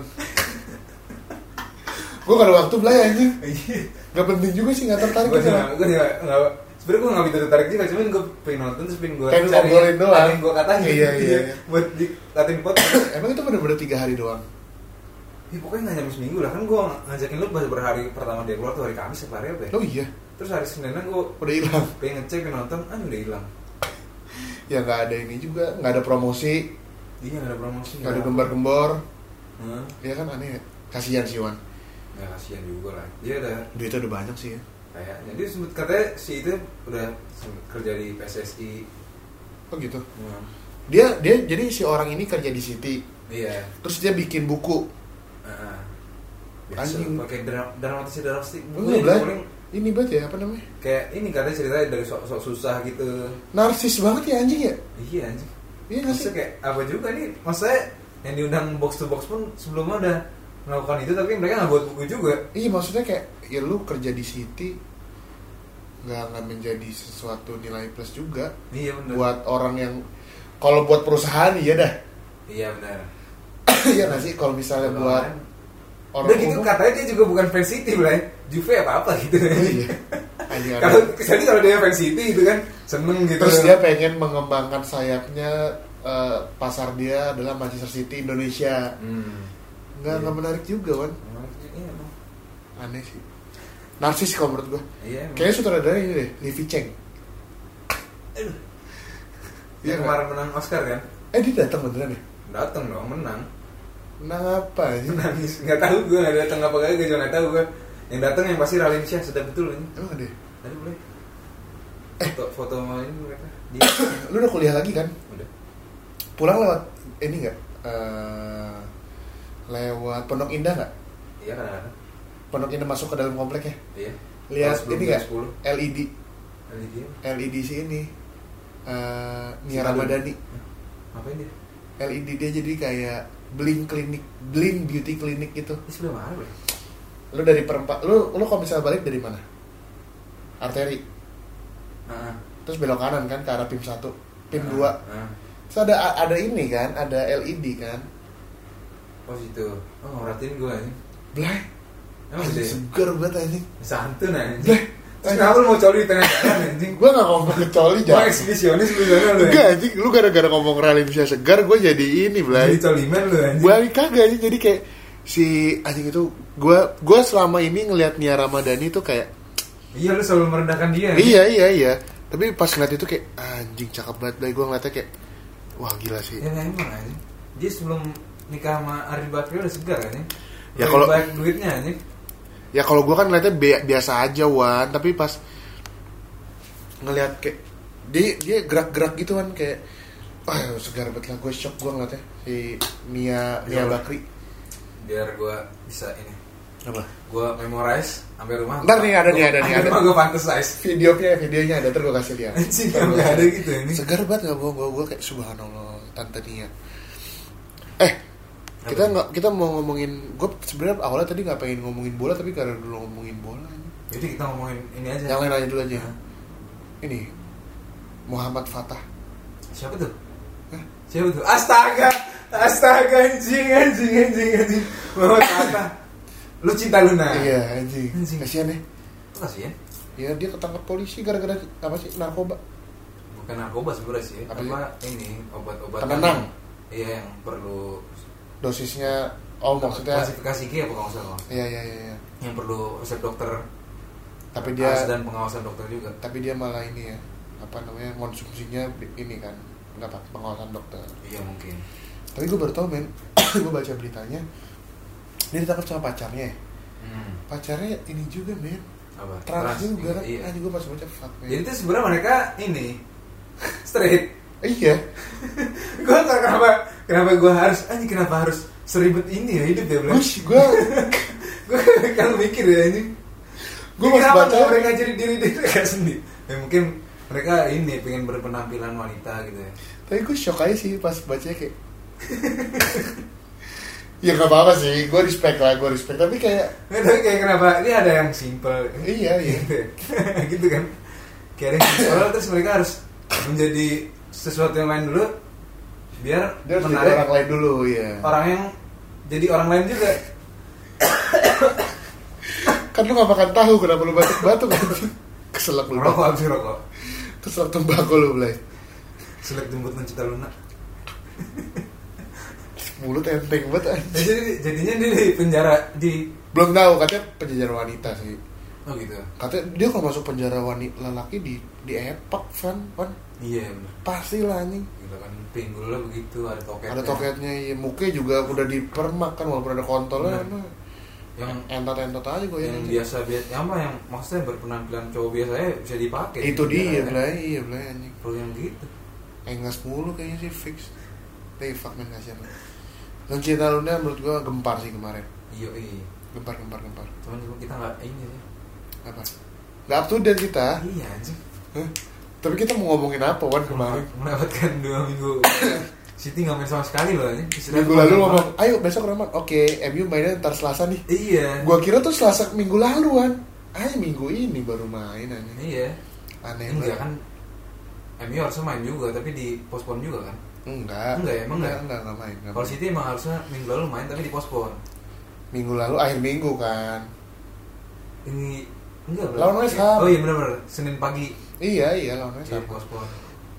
Speaker 1: gue gak ada waktu belai anjing nggak penting juga sih nggak tertarik
Speaker 2: gue nggak gue nggak sebenarnya gue nggak bisa tertarik juga cuman gue pengen nonton terus pengen gue
Speaker 1: pengen ngobrolin doang
Speaker 2: pengen gue katain
Speaker 1: iya iya
Speaker 2: buat dikatain pot
Speaker 1: emang itu bener-bener tiga hari doang
Speaker 2: ya pokoknya nggak nyampe seminggu lah kan gue ngajakin lu pas berhari pertama dia keluar tuh hari Kamis apa hari apa ya
Speaker 1: oh iya
Speaker 2: terus hari Seninnya gue
Speaker 1: udah hilang
Speaker 2: pengen ngecek pengen nonton ah udah hilang
Speaker 1: ya nggak ada ini juga nggak ada promosi
Speaker 2: iya nggak ada promosi
Speaker 1: nggak ada gembar-gembor
Speaker 2: hmm.
Speaker 1: ya kan aneh ya Kasihan sih Wan.
Speaker 2: Ya kasihan juga lah. Dia udah
Speaker 1: duitnya udah banyak sih ya.
Speaker 2: Kayaknya dia sempet katanya si itu udah kerja di P S S I.
Speaker 1: Oh gitu.
Speaker 2: Hmm.
Speaker 1: Dia dia jadi si orang ini kerja di City.
Speaker 2: Iya.
Speaker 1: Terus dia bikin buku.
Speaker 2: Uh,
Speaker 1: Anjing.
Speaker 2: Pakai dramatisasi dramatisasi.
Speaker 1: Enggak lah. Ini banget ya apa namanya?
Speaker 2: Kayak ini katanya ceritanya dari sok-sok susah gitu.
Speaker 1: Narsis banget ya anjing ya?
Speaker 2: Iya anjing.
Speaker 1: Iya nggak sih?
Speaker 2: Kayak apa juga nih? Maksudnya yang diundang box to box pun sebelumnya udah melakukan itu tapi mereka nggak buat buku juga.
Speaker 1: Iya maksudnya kayak ya lu kerja di City nggak nggak menjadi sesuatu nilai plus juga.
Speaker 2: Iya benar.
Speaker 1: Buat orang yang kalau buat perusahaan iya dah.
Speaker 2: Iya benar.
Speaker 1: Iya nggak sih kalau misalnya
Speaker 2: Kalo
Speaker 1: buat
Speaker 2: orang,
Speaker 1: orang
Speaker 2: udah gitu
Speaker 1: umum,
Speaker 2: katanya dia juga bukan fans City lah. Juve apa apa gitu.
Speaker 1: Iya.
Speaker 2: Kalau kecuali kalau dia fans City itu kan seneng gitu.
Speaker 1: Terus dia pengen mengembangkan sayapnya, uh, pasar dia adalah Manchester City Indonesia.
Speaker 2: Hmm.
Speaker 1: Nggak
Speaker 2: Iya.
Speaker 1: nggak menarik juga Wan.
Speaker 2: Iya,
Speaker 1: Aneh sih. Narsis kalau menurut gua.
Speaker 2: iya,
Speaker 1: Kayaknya sutradara ini deh, Livi Cheng.
Speaker 2: Aduh.
Speaker 1: Iya
Speaker 2: Yang kemarin menang Oscar kan?
Speaker 1: Eh dia datang beneran ya?
Speaker 2: Datang dong, menang.
Speaker 1: Menang apa aja?
Speaker 2: Nangis, nggak tahu gue nggak datang apa kagak, gue juga nggak tahu gue. Yang datang yang pasti Raline Shah, sudah betul ini.
Speaker 1: Emang ada?
Speaker 2: Tadi boleh. Foto foto sama ini mereka. Dia.
Speaker 1: Lu udah kuliah lagi kan?
Speaker 2: Udah.
Speaker 1: Pulang lewat ini nggak? Uh, lewat Pondok Indah nggak?
Speaker 2: Iya kadang-kadang.
Speaker 1: Pondok Indah masuk ke dalam komplek ya?
Speaker 2: Iya.
Speaker 1: Lihat ini nggak?
Speaker 2: sepuluh
Speaker 1: L E D.
Speaker 2: L E D.
Speaker 1: L E D sih ini. Uh, Nia
Speaker 2: Si
Speaker 1: Ramadhani.
Speaker 2: Ngapain dia?
Speaker 1: L E D dia jadi kayak bling klinik, bling beauty klinik gitu.
Speaker 2: Ini sebelah mana bro?
Speaker 1: Lu dari perempat, lu lu kalau misalnya balik dari mana? Arteri.
Speaker 2: Nah,
Speaker 1: Terus belok kanan kan ke arah P I M satu, P I M
Speaker 2: nah,
Speaker 1: dua.
Speaker 2: nah.
Speaker 1: Terus ada ada ini kan, ada L E D kan.
Speaker 2: Oh situ. Oh ngeratin gue ini.
Speaker 1: Bleh.
Speaker 2: Emang
Speaker 1: Anjing
Speaker 2: deh.
Speaker 1: segar banget anjing.
Speaker 2: Santun anjing.
Speaker 1: Bleh.
Speaker 2: Terus kenapa lu mau coli di tengah jalan anjing?
Speaker 1: Gue gak ngomong kecoli
Speaker 2: Wah
Speaker 1: jangan.
Speaker 2: eksibisionis lu jangan lu.
Speaker 1: Enggak anjing, lu gara-gara ngomong Raline Shah segar, gue jadi ini
Speaker 2: Jadi
Speaker 1: Bleh.
Speaker 2: coliman lu anjing.
Speaker 1: Gue kagak anjing, jadi kayak si anjing itu, gue gue selama ini ngelihat Nia Ramadhani tuh kayak
Speaker 2: Iya lu selalu merendahkan dia. Anjing.
Speaker 1: iya iya iya. Tapi pas ngeliat itu kayak anjing cakep banget Bleh. Gue ngeliatnya kayak wah gila sih.
Speaker 2: Ya emang anjing. Dia sebelum nikah sama Ardi Bakri udah segar kan ya?
Speaker 1: Ya kalau
Speaker 2: banyak duitnya anjing.
Speaker 1: Ya kalau gue kan ngeliatnya bi- biasa aja Wan, tapi pas ngeliat kayak dia dia gerak-gerak gitu kan kayak wah segar banget lah, gue shock gue ngeliatnya si Nia Nia Bakri.
Speaker 2: Biar gue bisa ini.
Speaker 1: Apa?
Speaker 2: Gue memorize sampai rumah.
Speaker 1: Ntar nih ada nih ada nih ada.
Speaker 2: Rumah gue fantasize.
Speaker 1: Videonya videonya ada, ntar gue kasih lihat.
Speaker 2: Anjing nggak ada gitu ini.
Speaker 1: Segar banget nggak gue gue gue kayak subhanallah tante Nia. Eh kita nggak kita mau ngomongin, gue sebenarnya awalnya tadi nggak pengen ngomongin bola tapi karena dulu ngomongin bola.
Speaker 2: Jadi kita ngomongin ini aja.
Speaker 1: Yang lain aja dulu aja.
Speaker 2: Hah?
Speaker 1: Ini Muhammad Fatah.
Speaker 2: Siapa tuh? Hah? Siapa tuh? Astaga, astaga anjing anjing anjing anjing. Muhammad Fatah. Lu cinta Luna?
Speaker 1: Iya anjing.
Speaker 2: Anjing.
Speaker 1: Kasian ya.
Speaker 2: Kasian.
Speaker 1: Ya dia ketangkap polisi gara-gara apa sih, narkoba.
Speaker 2: Bukan narkoba sebenarnya sih.
Speaker 1: Apa
Speaker 2: Apa, ini obat-obat
Speaker 1: Penenang.
Speaker 2: Iya yang perlu
Speaker 1: Dosisnya oh maksudnya
Speaker 2: klasifikasi G apa kalau nggak salah.
Speaker 1: iya iya iya.
Speaker 2: Yang perlu resep dokter.
Speaker 1: Tapi dia
Speaker 2: Harus dan pengawasan dokter juga.
Speaker 1: tapi dia malah ini ya, apa namanya, konsumsinya ini kan nggak apa pengawasan dokter.
Speaker 2: Iya mungkin.
Speaker 1: Tapi gue baru tau men, gue baca beritanya dia ditangkap sama pacarnya.
Speaker 2: Hmm.
Speaker 1: Pacarnya ini juga men,
Speaker 2: Apa?
Speaker 1: trans juga kan.
Speaker 2: Iya.
Speaker 1: Ah gue pas baca fuck men.
Speaker 2: Jadi itu sebenarnya mereka ini straight.
Speaker 1: Iya.
Speaker 2: Gue nggak kenapa kenapa gue harus anjing kenapa harus seribet ini ya hidup ya
Speaker 1: Gue
Speaker 2: Bang.
Speaker 1: gue
Speaker 2: Gue kalau mikir ya ini.
Speaker 1: gue pas
Speaker 2: kenapa
Speaker 1: baca
Speaker 2: nggak mereka jadi diri diri mereka sendiri. Ya mungkin mereka ini pengen berpenampilan wanita gitu ya.
Speaker 1: tapi gue shock aja sih pas bacanya kayak ya nggak apa-apa sih, gue respect lah, gue respect, tapi kayak
Speaker 2: Nggak tahu kayak kenapa ini ada yang simple.
Speaker 1: iya iya
Speaker 2: Gitu, gitu kan. Kayak ada yang simple terus mereka harus menjadi sesuatu yang lain dulu biar
Speaker 1: dia harus jadi
Speaker 2: menarik
Speaker 1: orang lain dulu ya.
Speaker 2: orang yang jadi orang lain juga.
Speaker 1: Kan lu gak makan tahu kenapa lu batuk-batuk kan? Keselak lu.
Speaker 2: Rokok habis rokok.
Speaker 1: Keselak tembakau lu Blay.
Speaker 2: Selek jemput mencita Luna.
Speaker 1: Mulut enteng banget
Speaker 2: Ya,
Speaker 1: anjing.
Speaker 2: jadi jadinya dia di penjara di
Speaker 1: Belum tahu katanya penjajar wanita sih.
Speaker 2: Oh gitu.
Speaker 1: Katanya dia kalau masuk penjara wanita lelaki di di epak fan kan.
Speaker 2: Iya benar.
Speaker 1: Pasti lah anjing.
Speaker 2: Gitu kan pinggulnya begitu, ada toketnya.
Speaker 1: Ada toketnya, ya mukanya juga udah dipermak kan walaupun ada kontolnya. Nah, yang entot-entot aja gue
Speaker 2: yang
Speaker 1: ya.
Speaker 2: biasa biasa yang apa yang maksudnya berpenampilan cowok biasanya bisa dipakai.
Speaker 1: Itu
Speaker 2: gitu,
Speaker 1: dia,
Speaker 2: kan?
Speaker 1: belai, iya belai anjing.
Speaker 2: Kalau yang gitu.
Speaker 1: Engas mulu kayaknya sih fix. Tapi fuck man kasihan. Dan Cinta Luna menurut gue gempar sih kemarin.
Speaker 2: Iya iya.
Speaker 1: Gempar gempar gempar.
Speaker 2: Cuman kita nggak ini sih.
Speaker 1: Apa? Gak up to date kita.
Speaker 2: Iya anjing.
Speaker 1: Hah? Tapi kita mau ngomongin apa Wan kemarin?
Speaker 2: Mendapatkan dua minggu. City nggak main sama sekali loh ini.
Speaker 1: Minggu lalu ngomong, ayo besok Rahman. Oke, M U mainnya ntar Selasa nih.
Speaker 2: Iya.
Speaker 1: Gua kira tuh Selasa minggu lalu Wan. Ah minggu ini baru main aja.
Speaker 2: Iya.
Speaker 1: Aneh
Speaker 2: enggak
Speaker 1: banget.
Speaker 2: Kan M U harusnya main juga tapi dipospon juga kan?
Speaker 1: Enggak.
Speaker 2: Enggak ya, emang
Speaker 1: enggak,
Speaker 2: enggak?
Speaker 1: enggak, enggak main. Enggak
Speaker 2: Kalau
Speaker 1: main.
Speaker 2: City emang harusnya minggu lalu main tapi dipospon.
Speaker 1: Minggu lalu akhir minggu kan.
Speaker 2: Ini enggak berarti.
Speaker 1: Lawan West Ham.
Speaker 2: Oh iya benar-benar Senin pagi.
Speaker 1: Iya, iya lawan West
Speaker 2: Iya,
Speaker 1: Ham.
Speaker 2: dipospon.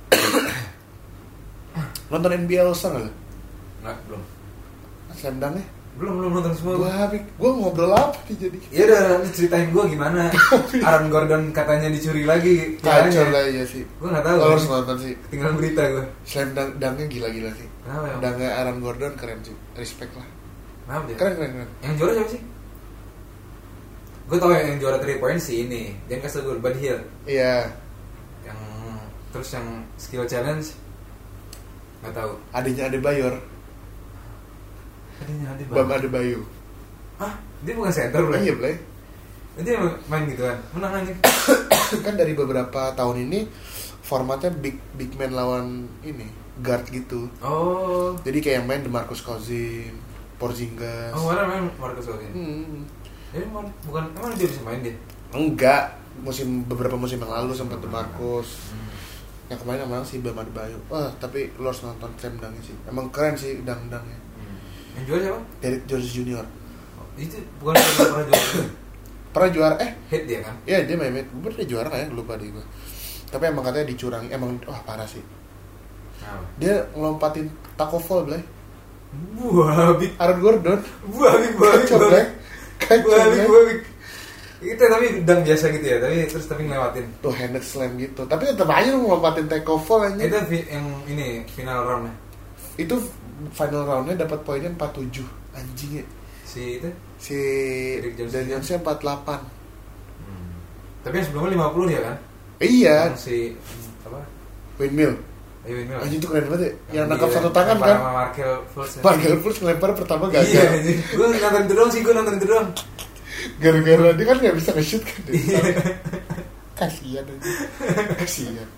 Speaker 1: Nonton N B A All-Star enggak?
Speaker 2: Enggak, belum.
Speaker 1: Slam Dunk-nya?
Speaker 2: Belum belum nonton semua.
Speaker 1: Gua habis gua ngobrol apa nih jadi?
Speaker 2: Ya udah nanti ceritain gue gimana Aaron Gordon katanya dicuri lagi.
Speaker 1: Kacau
Speaker 2: pialanya.
Speaker 1: lah ya sih.
Speaker 2: Gue nggak tahu.
Speaker 1: Lo
Speaker 2: kan.
Speaker 1: harus nonton sih.
Speaker 2: Ketinggalan berita gue.
Speaker 1: Slam Dunk Dunk-nya gila-gila sih.
Speaker 2: Kenapa ya?
Speaker 1: Dunk-nya Aaron Gordon keren sih. Respect lah.
Speaker 2: Kenapa dia?
Speaker 1: Keren keren keren.
Speaker 2: Yang juara siapa sih? Gue tau yang, yang juara three point sih ini. Dia kasih gue Bud Hill.
Speaker 1: Iya.
Speaker 2: Yang terus yang skill challenge nggak tahu.
Speaker 1: Adanya Adebayor.
Speaker 2: Adanya ada
Speaker 1: Bam Adebayo.
Speaker 2: Hah? Dia bukan center belum?
Speaker 1: Iya, Blay.
Speaker 2: Dia main gitu kan? Menang aja.
Speaker 1: Kan dari beberapa tahun ini formatnya big big man lawan ini guard gitu.
Speaker 2: Oh.
Speaker 1: Jadi kayak yang main DeMarcus Cousins, Porzingis.
Speaker 2: Oh, mana main Marcus Cousins?
Speaker 1: Hmm.
Speaker 2: Dia emang bukan emang dia bisa main dia?
Speaker 1: Enggak, musim beberapa musim yang lalu sempat DeMarcus.
Speaker 2: Hmm.
Speaker 1: Yang kemarin yang menang sih Bam Adebayo. Wah, tapi lo harus nonton Slam Dunk-nya sih. Emang keren sih dang-dangnya.
Speaker 2: Hmm. Yang juara siapa?
Speaker 1: Derrick Jones Junior
Speaker 2: Itu bukan pernah pernah juara.
Speaker 1: Pernah juara eh
Speaker 2: Hit dia kan?
Speaker 1: iya dia main bener dia juara nggak ya lupa deh gue. Tapi emang katanya dicurangi emang wah parah sih.
Speaker 2: Nah.
Speaker 1: Dia ngelompatin taco fall Blay.
Speaker 2: Buah big
Speaker 1: Aaron Gordon.
Speaker 2: buah big buah big
Speaker 1: Kacau Blay. Kacau
Speaker 2: buah big
Speaker 1: Blay.
Speaker 2: buah big. Itu tapi dang biasa gitu ya, tapi terus tapi ngelewatin.
Speaker 1: Tuh handed slam gitu. Tapi tetap aja lu ngelompatin taco fall aja.
Speaker 2: Itu fi- yang ini final roundnya.
Speaker 1: Itu final roundnya dapat poinnya empat puluh tujuh anjing ya.
Speaker 2: Si itu.
Speaker 1: Si
Speaker 2: Derrick Jones
Speaker 1: Dan Jonesnya empat puluh delapan.
Speaker 2: Hmm. Tapi yang sebelumnya lima puluh dia kan?
Speaker 1: Iya.
Speaker 2: Yang si apa?
Speaker 1: Windmill.
Speaker 2: Ayo ini lah.
Speaker 1: Anjing itu keren banget ya. Yang nangkap satu tangan
Speaker 2: lempar
Speaker 1: kan.
Speaker 2: sama Markel Fultz. ya.
Speaker 1: Markel Fultz ngelempar pertama gagal.
Speaker 2: Iya, anjing. Gue nonton itu doang sih, gue nonton itu doang.
Speaker 1: Gara-gara dia kan nggak bisa nge-shoot kan.
Speaker 2: Iya.
Speaker 1: Kasian aja. Kasian.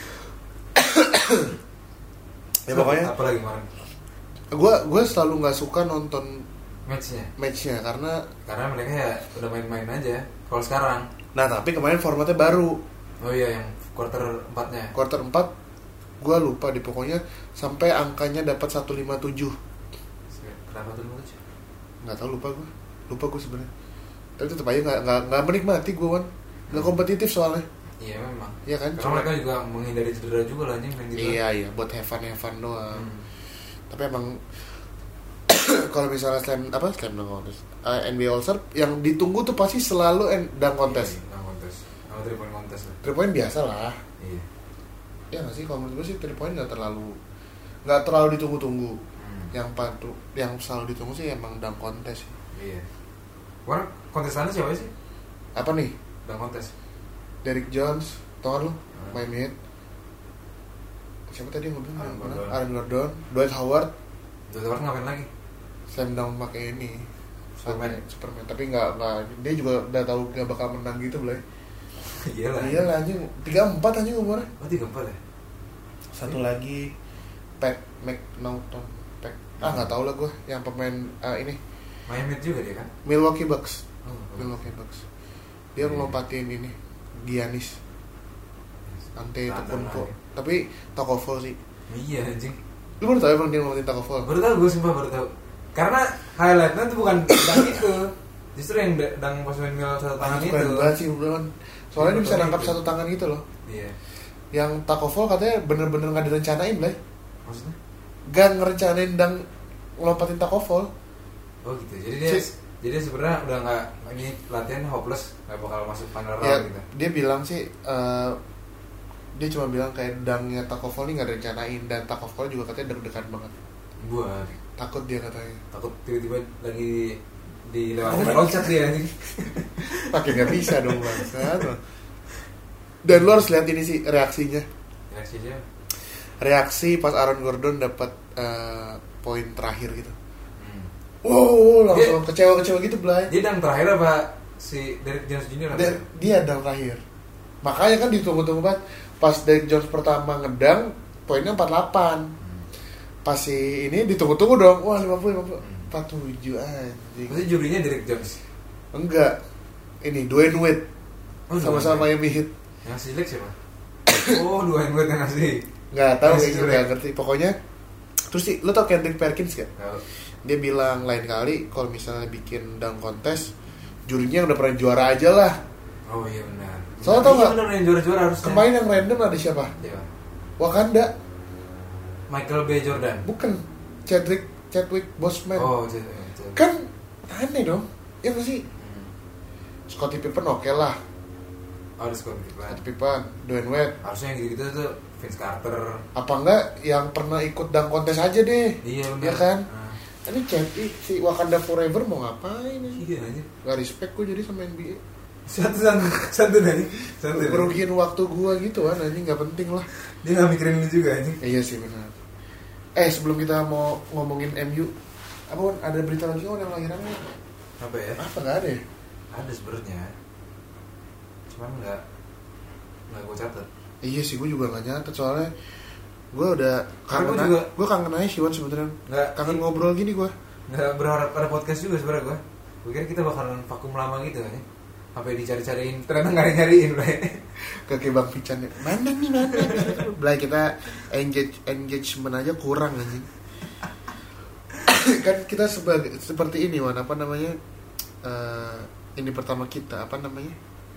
Speaker 1: Ya pokoknya
Speaker 2: apa lagi kemarin?
Speaker 1: gue gue selalu nggak suka nonton
Speaker 2: Matchnya.
Speaker 1: matchnya karena
Speaker 2: Karena mereka ya udah main-main aja. Kalau sekarang.
Speaker 1: nah tapi kemarin formatnya baru
Speaker 2: Oh iya yang quarter empatnya.
Speaker 1: quarter empat gue lupa di pokoknya sampai angkanya dapat seratus lima puluh tujuh
Speaker 2: Kenapa tuh lucu?
Speaker 1: nggak tahu lupa gue lupa gue sebenarnya tapi tetap aja nggak nggak nggak menikmati gue kan nggak kompetitif soalnya
Speaker 2: Iya memang.
Speaker 1: iya kan
Speaker 2: Karena
Speaker 1: cuma
Speaker 2: mereka juga menghindari cedera juga lah anjing main gitu.
Speaker 1: iya iya buat have fun have fun doang
Speaker 2: Hmm.
Speaker 1: tapi emang kalau misalnya slam apa slam dunk contest uh, N B A All-Star yang ditunggu tuh pasti selalu en- dunk contest
Speaker 2: Iya, dunk contest. Sama three point contest lah.
Speaker 1: three point biasa lah
Speaker 2: Iya.
Speaker 1: ya nggak sih kalau menurut gue sih three point nggak terlalu nggak terlalu ditunggu-tunggu
Speaker 2: Hmm.
Speaker 1: yang patu yang selalu ditunggu sih emang dunk contest sih.
Speaker 2: Iya. Kemarin kontestannya siapa sih?
Speaker 1: Apa nih
Speaker 2: Dunk contest.
Speaker 1: Derrick Jones tau kan lu
Speaker 2: Hmm.
Speaker 1: main hit siapa tadi yang gue bilang
Speaker 2: Aaron
Speaker 1: yang mana?
Speaker 2: Gordon.
Speaker 1: Aaron Gordon Dwight Howard
Speaker 2: Udah tahu ngapain lagi?
Speaker 1: slam dunk pakai ini
Speaker 2: Superman.
Speaker 1: pakai Superman tapi nggak nggak dia juga udah tahu gak bakal menang gitu Blay.
Speaker 2: Iya lah.
Speaker 1: Iya lah anjing tiga empat anjing umurnya.
Speaker 2: Oh tiga empat ya?
Speaker 1: Satu lagi Pat McNaughton. Pat ah nggak tahu lah gue yang pemain uh, ini
Speaker 2: Miami juga dia kan?
Speaker 1: Milwaukee Bucks.
Speaker 2: Oh,
Speaker 1: Milwaukee Bucks. Dia
Speaker 2: Iya.
Speaker 1: ngelompatin ini Giannis Ante
Speaker 2: Standar
Speaker 1: Antetokounmpo.
Speaker 2: lagi.
Speaker 1: Tapi Taco sih.
Speaker 2: Iya anjing.
Speaker 1: Lu baru tahu emang dia ngelompatin Taco
Speaker 2: Baru tahu gue sumpah baru tahu. Karena highlightnya tuh bukan dang itu. Justru yang da- dang pas main mil satu tangan
Speaker 1: Itu
Speaker 2: itu.
Speaker 1: keren banget sih bukan. Soalnya dia bisa
Speaker 2: Betul,
Speaker 1: nangkap
Speaker 2: itu.
Speaker 1: satu tangan gitu loh.
Speaker 2: Iya.
Speaker 1: Yang Taco katanya bener-bener nggak direncanain Blay.
Speaker 2: Maksudnya?
Speaker 1: Gak ngerencanain dan ngelompatin Taco
Speaker 2: Oh gitu. Jadi dia
Speaker 1: Si-
Speaker 2: Jadi sebenarnya udah nggak, ini latihan hopeless, nggak bakal masuk final round
Speaker 1: ya,
Speaker 2: gitu.
Speaker 1: Dia bilang sih uh, dia cuma bilang kayak dangnya Takovol ini nggak direncanain, dan Takovol juga katanya deg-degan banget.
Speaker 2: Buat
Speaker 1: Takut dia katanya.
Speaker 2: takut tiba-tiba lagi dilewatin loncat dia anjing.
Speaker 1: Pakai nggak bisa dong bangsat. Dan lo harus lihat ini sih reaksinya.
Speaker 2: Reaksinya
Speaker 1: Reaksi pas Aaron Gordon dapat uh, poin terakhir gitu.
Speaker 2: hmm.
Speaker 1: Wow, langsung dia, kecewa-kecewa gitu, Blay.
Speaker 2: Dia dang terakhir apa si Derrick Jones Junior?
Speaker 1: Dia, dia dang terakhir. Makanya kan ditunggu-tunggu banget. Pas Derrick Jones pertama ngedang, poinnya empat puluh delapan. Hmm. Pas si ini ditunggu-tunggu dong. Wah, lima puluh lima puluh. Hmm. empat puluh tujuh anjing.
Speaker 2: Maksudnya jurinya Derrick Jones?
Speaker 1: Enggak. Ini Dwayne Wade. Oh, sama-sama Miami Heat.
Speaker 2: Yang selek siapa? Oh, Dwayne Wade yang ngasih.
Speaker 1: Nggak tahu sih, nggak ngerti. Pokoknya terus sih, lo tau Kendrick Perkins gak?
Speaker 2: Tahu.
Speaker 1: Dia bilang lain kali kalau misalnya bikin dunk contest, jurinya yang udah pernah juara aja lah.
Speaker 2: Oh iya benar.
Speaker 1: Soalnya tau nggak?
Speaker 2: Benar yang juara-juara harusnya.
Speaker 1: Kemarin yang random ada siapa?
Speaker 2: Siapa?
Speaker 1: Wakanda.
Speaker 2: Michael B. Jordan.
Speaker 1: Bukan. Chadwick Chadwick Boseman.
Speaker 2: Oh, Chadwick.
Speaker 1: Kan aneh dong. Ya nggak sih? Hmm. Scottie Pippen oke okay lah.
Speaker 2: Oh, ada Scottie Pippen.
Speaker 1: Scottie Pippen, Dwayne Wade.
Speaker 2: Harusnya yang gitu-gitu tuh Vince Carter.
Speaker 1: Apa enggak yang pernah ikut dunk kontes aja deh.
Speaker 2: Iya benar.
Speaker 1: Ya kan?
Speaker 2: Nah.
Speaker 1: Ini Chadwick si Wakanda Forever mau ngapain ini?
Speaker 2: Iya aja.
Speaker 1: Gak respect gue jadi sama N B A.
Speaker 2: Satu satu satu aja. Satu.
Speaker 1: Merugiin waktu gue gitu kan, anjing nggak penting lah.
Speaker 2: Dia nggak mikirin lu juga anjing.
Speaker 1: Iya sih benar. Eh sebelum kita mau ngomongin M U, apa ada berita lagi orang lahirannya?
Speaker 2: Apa ya?
Speaker 1: Apa nggak ada? Ya?
Speaker 2: Ada sebenarnya. Cuman nggak nggak gue catat.
Speaker 1: Iya sih, gue juga nggak nyatet soalnya gue udah kangen,
Speaker 2: juga,
Speaker 1: gue kangen aja sih Wan sebenarnya. Kangen ngobrol gini gue.
Speaker 2: Nggak berharap ada podcast juga sebenarnya gue. Gue kira kita bakalan vakum lama gitu kan ya. Sampai dicari-cariin, ternyata nggak nyariin Blay.
Speaker 1: Ke Bang Pican ya. Mana nih mana? Blay kita engage engagement aja kurang anjing. Kan kita sebagai seperti ini Wan, apa namanya? Uh, ini pertama kita, apa namanya?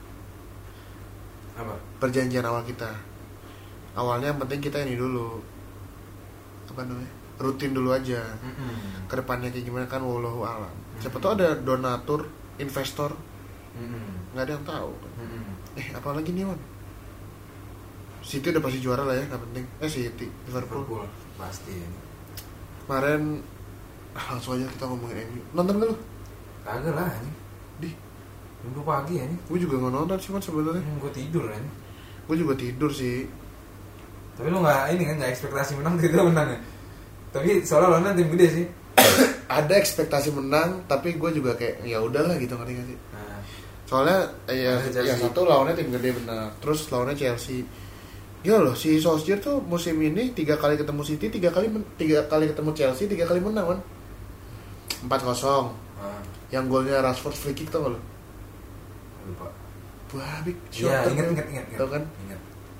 Speaker 2: Apa?
Speaker 1: Perjanjian awal kita. Awalnya yang penting kita ini dulu. Apa namanya? Rutin dulu aja. Mm-hmm. Kedepannya kayak gimana kan wallahu alam. Mm-hmm. Siapa tahu ada donatur, investor. Mm-hmm. Nggak ada yang tahu. Mm-hmm. Eh, apalagi nih, Wan? City udah pasti juara lah ya, nggak penting. Eh, City, Liverpool.
Speaker 2: Liverpool pasti. Ya.
Speaker 1: Kemarin langsung aja kita ngomongin M U. Nonton nggak lu?
Speaker 2: Kagak lah, ini.
Speaker 1: Di
Speaker 2: minggu pagi ya nih.
Speaker 1: Gue juga nggak nonton sih, Wan sebenarnya.
Speaker 2: Gue tidur ya.
Speaker 1: Gue juga tidur sih.
Speaker 2: Tapi lu nggak ini kan nggak ekspektasi menang, tiba-tiba menang ya. Tapi soalnya lawannya tim gede sih.
Speaker 1: Ada ekspektasi menang, tapi gue juga kayak ya udahlah gitu, ngerti nggak sih? Nah. Soalnya eh, ya, yang satu lawannya tim gede benar, terus lawannya Chelsea. Gila loh, si Solskjaer tuh musim ini tiga kali ketemu City, tiga kali men- tiga kali ketemu Chelsea, tiga kali menang kan? empat kosong. Nah. Yang golnya Rashford free kick tau gak lo?
Speaker 2: Lupa.
Speaker 1: Wah, big shot.
Speaker 2: Iya, ingat ingat ingat.
Speaker 1: Tau kan?
Speaker 2: Ingat.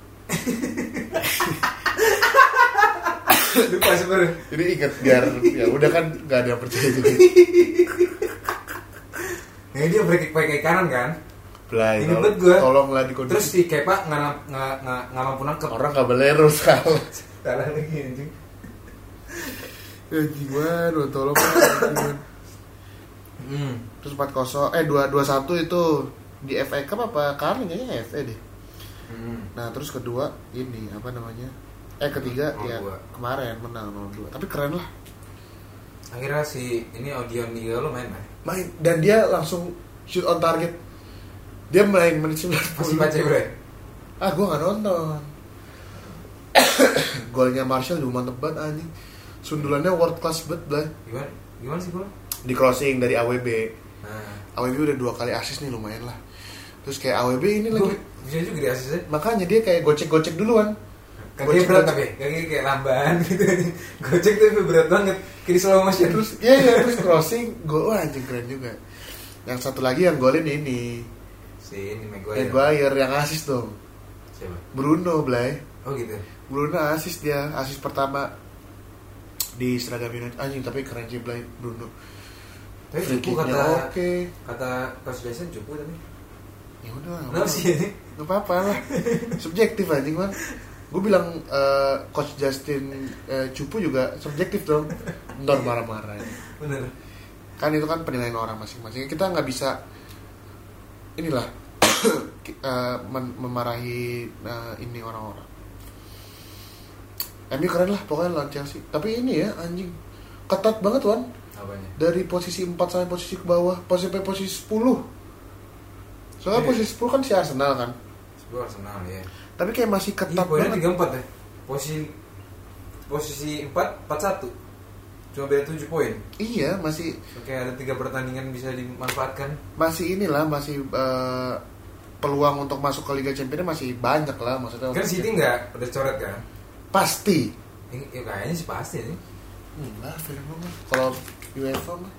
Speaker 2: Lupa sebenarnya.
Speaker 1: Jadi ingat biar ya udah kan nggak ada yang percaya juga.
Speaker 2: Nah dia break pakai kanan kan?
Speaker 1: Blay.
Speaker 2: Ini buat gue.
Speaker 1: Tolonglah di kondisi.
Speaker 2: Terus si Kepa nggak nggak nggak nggak mampu nangkep.
Speaker 1: Orang kabelero salah.
Speaker 2: Salah lagi anjing.
Speaker 1: Ya gimana? Tolong lah.
Speaker 2: Hmm.
Speaker 1: Terus empat kosong eh dua dua satu itu di F A Cup apa kali kayaknya F A deh. Hmm. Nah, terus kedua ini apa namanya? Eh ketiga nol dua ya kemarin menang nol dua. Tapi keren lah.
Speaker 2: Akhirnya si ini Odion Igalo main main.
Speaker 1: Main dan dia langsung shoot on target. Dia main menit sembilan puluh.
Speaker 2: Masih baca bre.
Speaker 1: Ah, gua enggak nonton. Golnya Martial juga mantep banget anjing. Sundulannya world class banget, Blay.
Speaker 2: Gimana? Gimana sih gol?
Speaker 1: Di crossing dari A W B.
Speaker 2: Nah.
Speaker 1: A W B udah dua kali assist nih, lumayan lah. Terus kayak A W B ini
Speaker 2: Gua,
Speaker 1: lagi
Speaker 2: bisa juga di assist ya?
Speaker 1: Makanya dia kayak gocek-gocek duluan.
Speaker 2: Kaki berat tapi, kaki kayak lamban gitu. Gocek tuh berat banget, kayak slow motion.
Speaker 1: Terus iya ya, terus crossing, gol wah anjing keren juga. Yang satu lagi yang golin ini
Speaker 2: si ini Maguire.
Speaker 1: Maguire yang assist dong.
Speaker 2: Siapa?
Speaker 1: Bruno, Blay.
Speaker 2: Oh gitu.
Speaker 1: Bruno assist dia, assist pertama di seragam United. Anjing tapi keren sih Blay Bruno.
Speaker 2: Tapi cukup kata
Speaker 1: okay.
Speaker 2: Kata Coach Jason cukup tapi.
Speaker 1: Ya udah.
Speaker 2: Kenapa sih ini?
Speaker 1: Enggak apa-apa lah. Subjektif anjing man. Gue bilang uh, Coach Justin uh, Cupu juga subjektif dong. Ntar marah-marah.
Speaker 2: Bener.
Speaker 1: kan itu kan penilaian orang masing-masing, kita nggak bisa inilah uh, mem- memarahi uh, ini orang-orang. M U keren lah pokoknya lawan Chelsea, tapi ini ya anjing ketat banget Wan.
Speaker 2: Apanya?
Speaker 1: Dari posisi empat sampai posisi ke bawah, posisi sampai posisi sepuluh. Soalnya yeah. posisi sepuluh kan si Arsenal kan.
Speaker 2: sepuluh Arsenal ya.
Speaker 1: Tapi kayak masih ketat
Speaker 2: Ih, poinnya
Speaker 1: banget.
Speaker 2: tiga puluh empat ya. Posisi posisi empat, empat satu. Cuma beda tujuh poin.
Speaker 1: Iya, masih
Speaker 2: Oke, ada tiga pertandingan bisa dimanfaatkan.
Speaker 1: Masih inilah, masih uh, peluang untuk masuk ke Liga Champions masih banyak lah maksudnya.
Speaker 2: Kan City enggak udah coret kan?
Speaker 1: Pasti.
Speaker 2: Ya, kayaknya sih pasti nih.
Speaker 1: Enggak, film mah. Kalau UEFA mah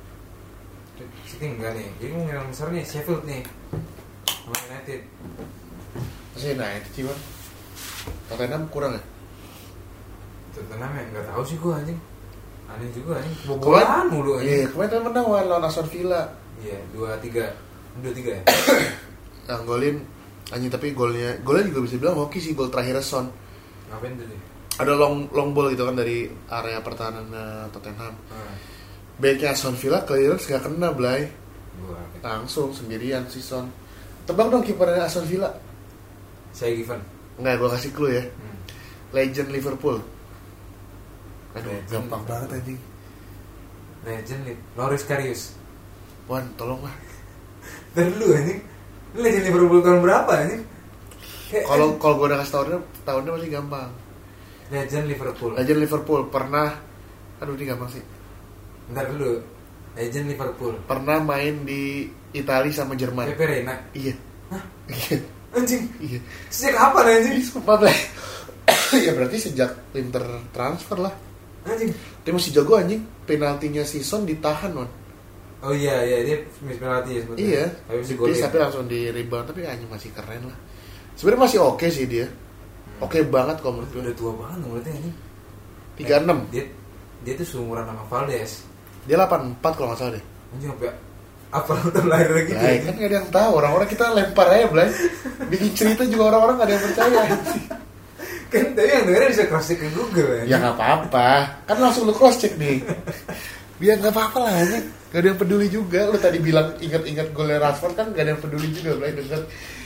Speaker 2: City enggak nih. Jadi mau yang besar nih Sheffield nih. Sama United.
Speaker 1: Masih United sih, Bang. Tottenham kurang ya?
Speaker 2: Tottenham ya enggak tahu sih gua anjing. Aneh juga anjing. Kebobolan mulu anjing.
Speaker 1: Iya, kemarin menang lawan Aston Villa.
Speaker 2: Iya, dua tiga. dua tiga ya.
Speaker 1: Yang golin anjing, tapi golnya golnya juga bisa bilang hoki sih, gol terakhir Son.
Speaker 2: Ngapain tuh dia?
Speaker 1: Ada long long ball gitu kan dari area pertahanan uh, Tottenham.
Speaker 2: Hmm.
Speaker 1: Baiknya Aston Villa clearance gak kena, Blay.
Speaker 2: Gua
Speaker 1: Langsung sendirian si Son. Tebak dong kipernya Aston Villa.
Speaker 2: saya given.
Speaker 1: Enggak, gua kasih clue ya.
Speaker 2: Hmm.
Speaker 1: Legend Liverpool. Aduh,
Speaker 2: Legend
Speaker 1: gampang
Speaker 2: Liverpool.
Speaker 1: banget anjing.
Speaker 2: Legend nih, Loris Karius.
Speaker 1: Wan, tolong lah.
Speaker 2: Dari dulu anjing. Ini Legend Liverpool tahun berapa anjing? Kayak-
Speaker 1: Kalau kalau gua udah kasih tahunnya, tahunnya masih gampang.
Speaker 2: Legend Liverpool.
Speaker 1: Legend Liverpool pernah, aduh ini gampang sih.
Speaker 2: Bentar dulu. Legend Liverpool.
Speaker 1: Pernah main di Italia sama Jerman.
Speaker 2: Pepe Reina.
Speaker 1: Iya.
Speaker 2: Hah?
Speaker 1: Iya.
Speaker 2: Anjing.
Speaker 1: Iya.
Speaker 2: Sejak kapan anjing?
Speaker 1: Sumpah, Blay. Ya berarti sejak winter transfer lah.
Speaker 2: Anjing.
Speaker 1: Dia masih jago anjing. Penaltinya si Son ditahan, Wan.
Speaker 2: Oh iya iya dia miss penalti ya sebetulnya.
Speaker 1: Iya.
Speaker 2: Tapi masih
Speaker 1: Di
Speaker 2: golin.
Speaker 1: tapi langsung di rebound, tapi anjing masih keren lah. Sebenarnya masih oke sih dia. Oke banget kalau menurut gue.
Speaker 2: Udah tua banget menurutnya anjing.
Speaker 1: tiga puluh enam.
Speaker 2: Dia dia tuh seumuran sama Valdes.
Speaker 1: Dia delapan puluh empat kalau nggak salah deh.
Speaker 2: Anjing apa? Apa tahun lahir lagi tuh?
Speaker 1: Blay, kan nggak ada yang tahu. Orang-orang kita lempar aja, Blay. Bikin cerita juga orang-orang nggak ada yang percaya.
Speaker 2: Kan tapi yang dengerin bisa cross check ke Google ya.
Speaker 1: Ya nggak apa-apa. Kan langsung lu cross check nih. Biar nggak apa-apa lah anjing. Gak ada yang peduli juga. Lu tadi bilang ingat-ingat golnya Rashford kan gak ada yang peduli juga, Blay. Dengar.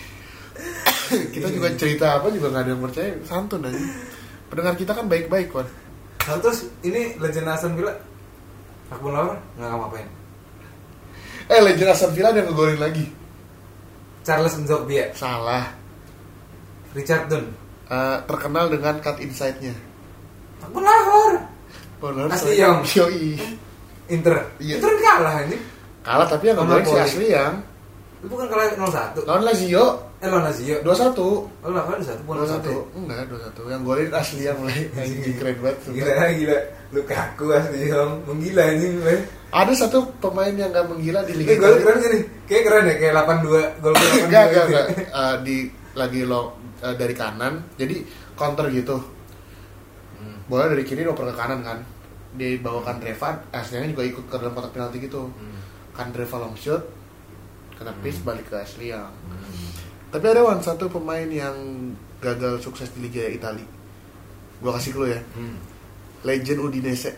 Speaker 1: Kita juga cerita apa juga nggak ada yang percaya, santun aja. Pendengar kita kan baik-baik, Wan.
Speaker 2: Nah, terus ini Legend Aston Villa Akbun Lawan nggak ngapain?
Speaker 1: Eh, Legend Aston Villa ada yang ngegolin lagi.
Speaker 2: Charles Nzokbia,
Speaker 1: Salah.
Speaker 2: Richard Dunn,
Speaker 1: Uh, terkenal dengan cut inside-nya.
Speaker 2: Akbun Lahore,
Speaker 1: Benar.
Speaker 2: Asli Young.
Speaker 1: Yoi.
Speaker 2: Inter,
Speaker 1: Iya.
Speaker 2: Inter kan kalah ini.
Speaker 1: Kalah tapi yang ngegolin si
Speaker 2: Napoli.
Speaker 1: Asli yang
Speaker 2: Lu bukan kalah nol satu.
Speaker 1: lawan Lazio
Speaker 2: Eh lawan Lazio.
Speaker 1: dua satu.
Speaker 2: Oh lawan satu pun
Speaker 1: dua
Speaker 2: satu.
Speaker 1: satu. Enggak, dua satu. Yang golin Asli yang mulai anjing keren banget. sumpah.
Speaker 2: Gila gila. Lukaku Asli Young menggila anjing.
Speaker 1: Ada satu pemain yang gak menggila di Liga
Speaker 2: Ini gol keren gak nih? Kayak keren ya, kayak delapan dua gol delapan dua.
Speaker 1: Enggak, enggak, enggak. Uh, di lagi lo uh, dari kanan. Jadi counter gitu.
Speaker 2: Hmm.
Speaker 1: Bola dari kiri oper ke kanan kan. Dibawakan Reva, aslinya juga ikut ke dalam kotak penalti gitu.
Speaker 2: Hmm.
Speaker 1: Kan Reva long shoot, kena pace balik ke Asli yang.
Speaker 2: Hmm.
Speaker 1: Tapi ada Wan satu pemain yang gagal sukses di Liga Italia. Gua kasih clue ya.
Speaker 2: Hmm.
Speaker 1: Legend Udinese.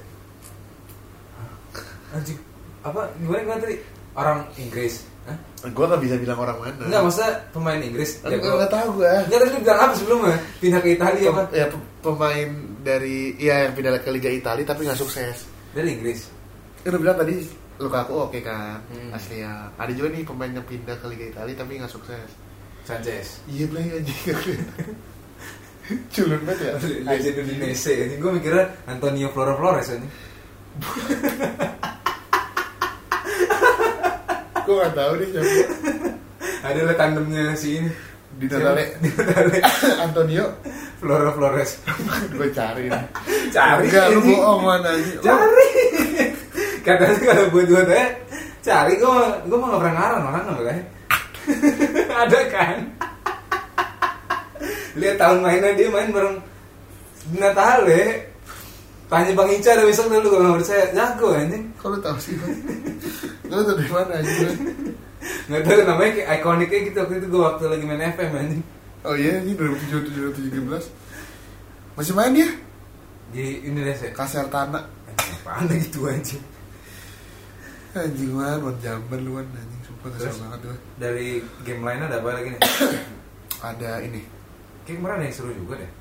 Speaker 2: Anjing. Apa gimana gimana tadi? Orang Inggris. Hah?
Speaker 1: Gua gak bisa bilang orang mana.
Speaker 2: Enggak, masa pemain Inggris?
Speaker 1: Enggak,
Speaker 2: Jago.
Speaker 1: enggak tahu gua.
Speaker 2: Enggak, tadi lu bilang apa sebelumnya? Pindah ke Italia apa?
Speaker 1: Pem- ya pe- pemain dari ya yang pindah ke Liga Italia tapi nggak sukses.
Speaker 2: Dari Inggris.
Speaker 1: Udah bilang tadi Lukaku oke kan,
Speaker 2: Hmm.
Speaker 1: asli ya. Ada juga nih pemain yang pindah ke Liga Italia tapi nggak sukses.
Speaker 2: Sanchez.
Speaker 1: Iya belah aja. Culun banget ya.
Speaker 2: Legend Indonesia. Ini gue mikirnya Antonio Flora Flores ini.
Speaker 1: Gue nggak tahu deh siapa.
Speaker 2: Adalah tandemnya si ini.
Speaker 1: Di Natale.
Speaker 2: Di Natale.
Speaker 1: Antonio.
Speaker 2: Flora Flores.
Speaker 1: Gue cari.
Speaker 2: Cari.
Speaker 1: Enggak lu
Speaker 2: ini.
Speaker 1: bohong mana aja.
Speaker 2: Cari. Katanya kalau buat buat eh cari gue gue mau nggak pernah ngarang orang nggak boleh. Ada kan? Lihat tahun mainnya dia main bareng di Natale. Tanya Bang Ica ada besok dulu kalau nggak percaya jago anjing.
Speaker 1: Kalau tahu sih. Lu tuh dari mana aja?
Speaker 2: Nggak tahu namanya kayak ikoniknya gitu waktu itu gue waktu lagi main F M anjing.
Speaker 1: Oh iya ini dua ribu tujuh belas dua ribu tujuh belas. Masih main dia?
Speaker 2: Di Indonesia.
Speaker 1: Kasar Tanah.
Speaker 2: Apaan lagi tuh anjing?
Speaker 1: Anjing banget, jamban lu kan anjing, sumpah kesel banget gue.
Speaker 2: Dari game lainnya ada apa lagi nih?
Speaker 1: Ada ini.
Speaker 2: Kayak kemarin ada yang seru juga deh.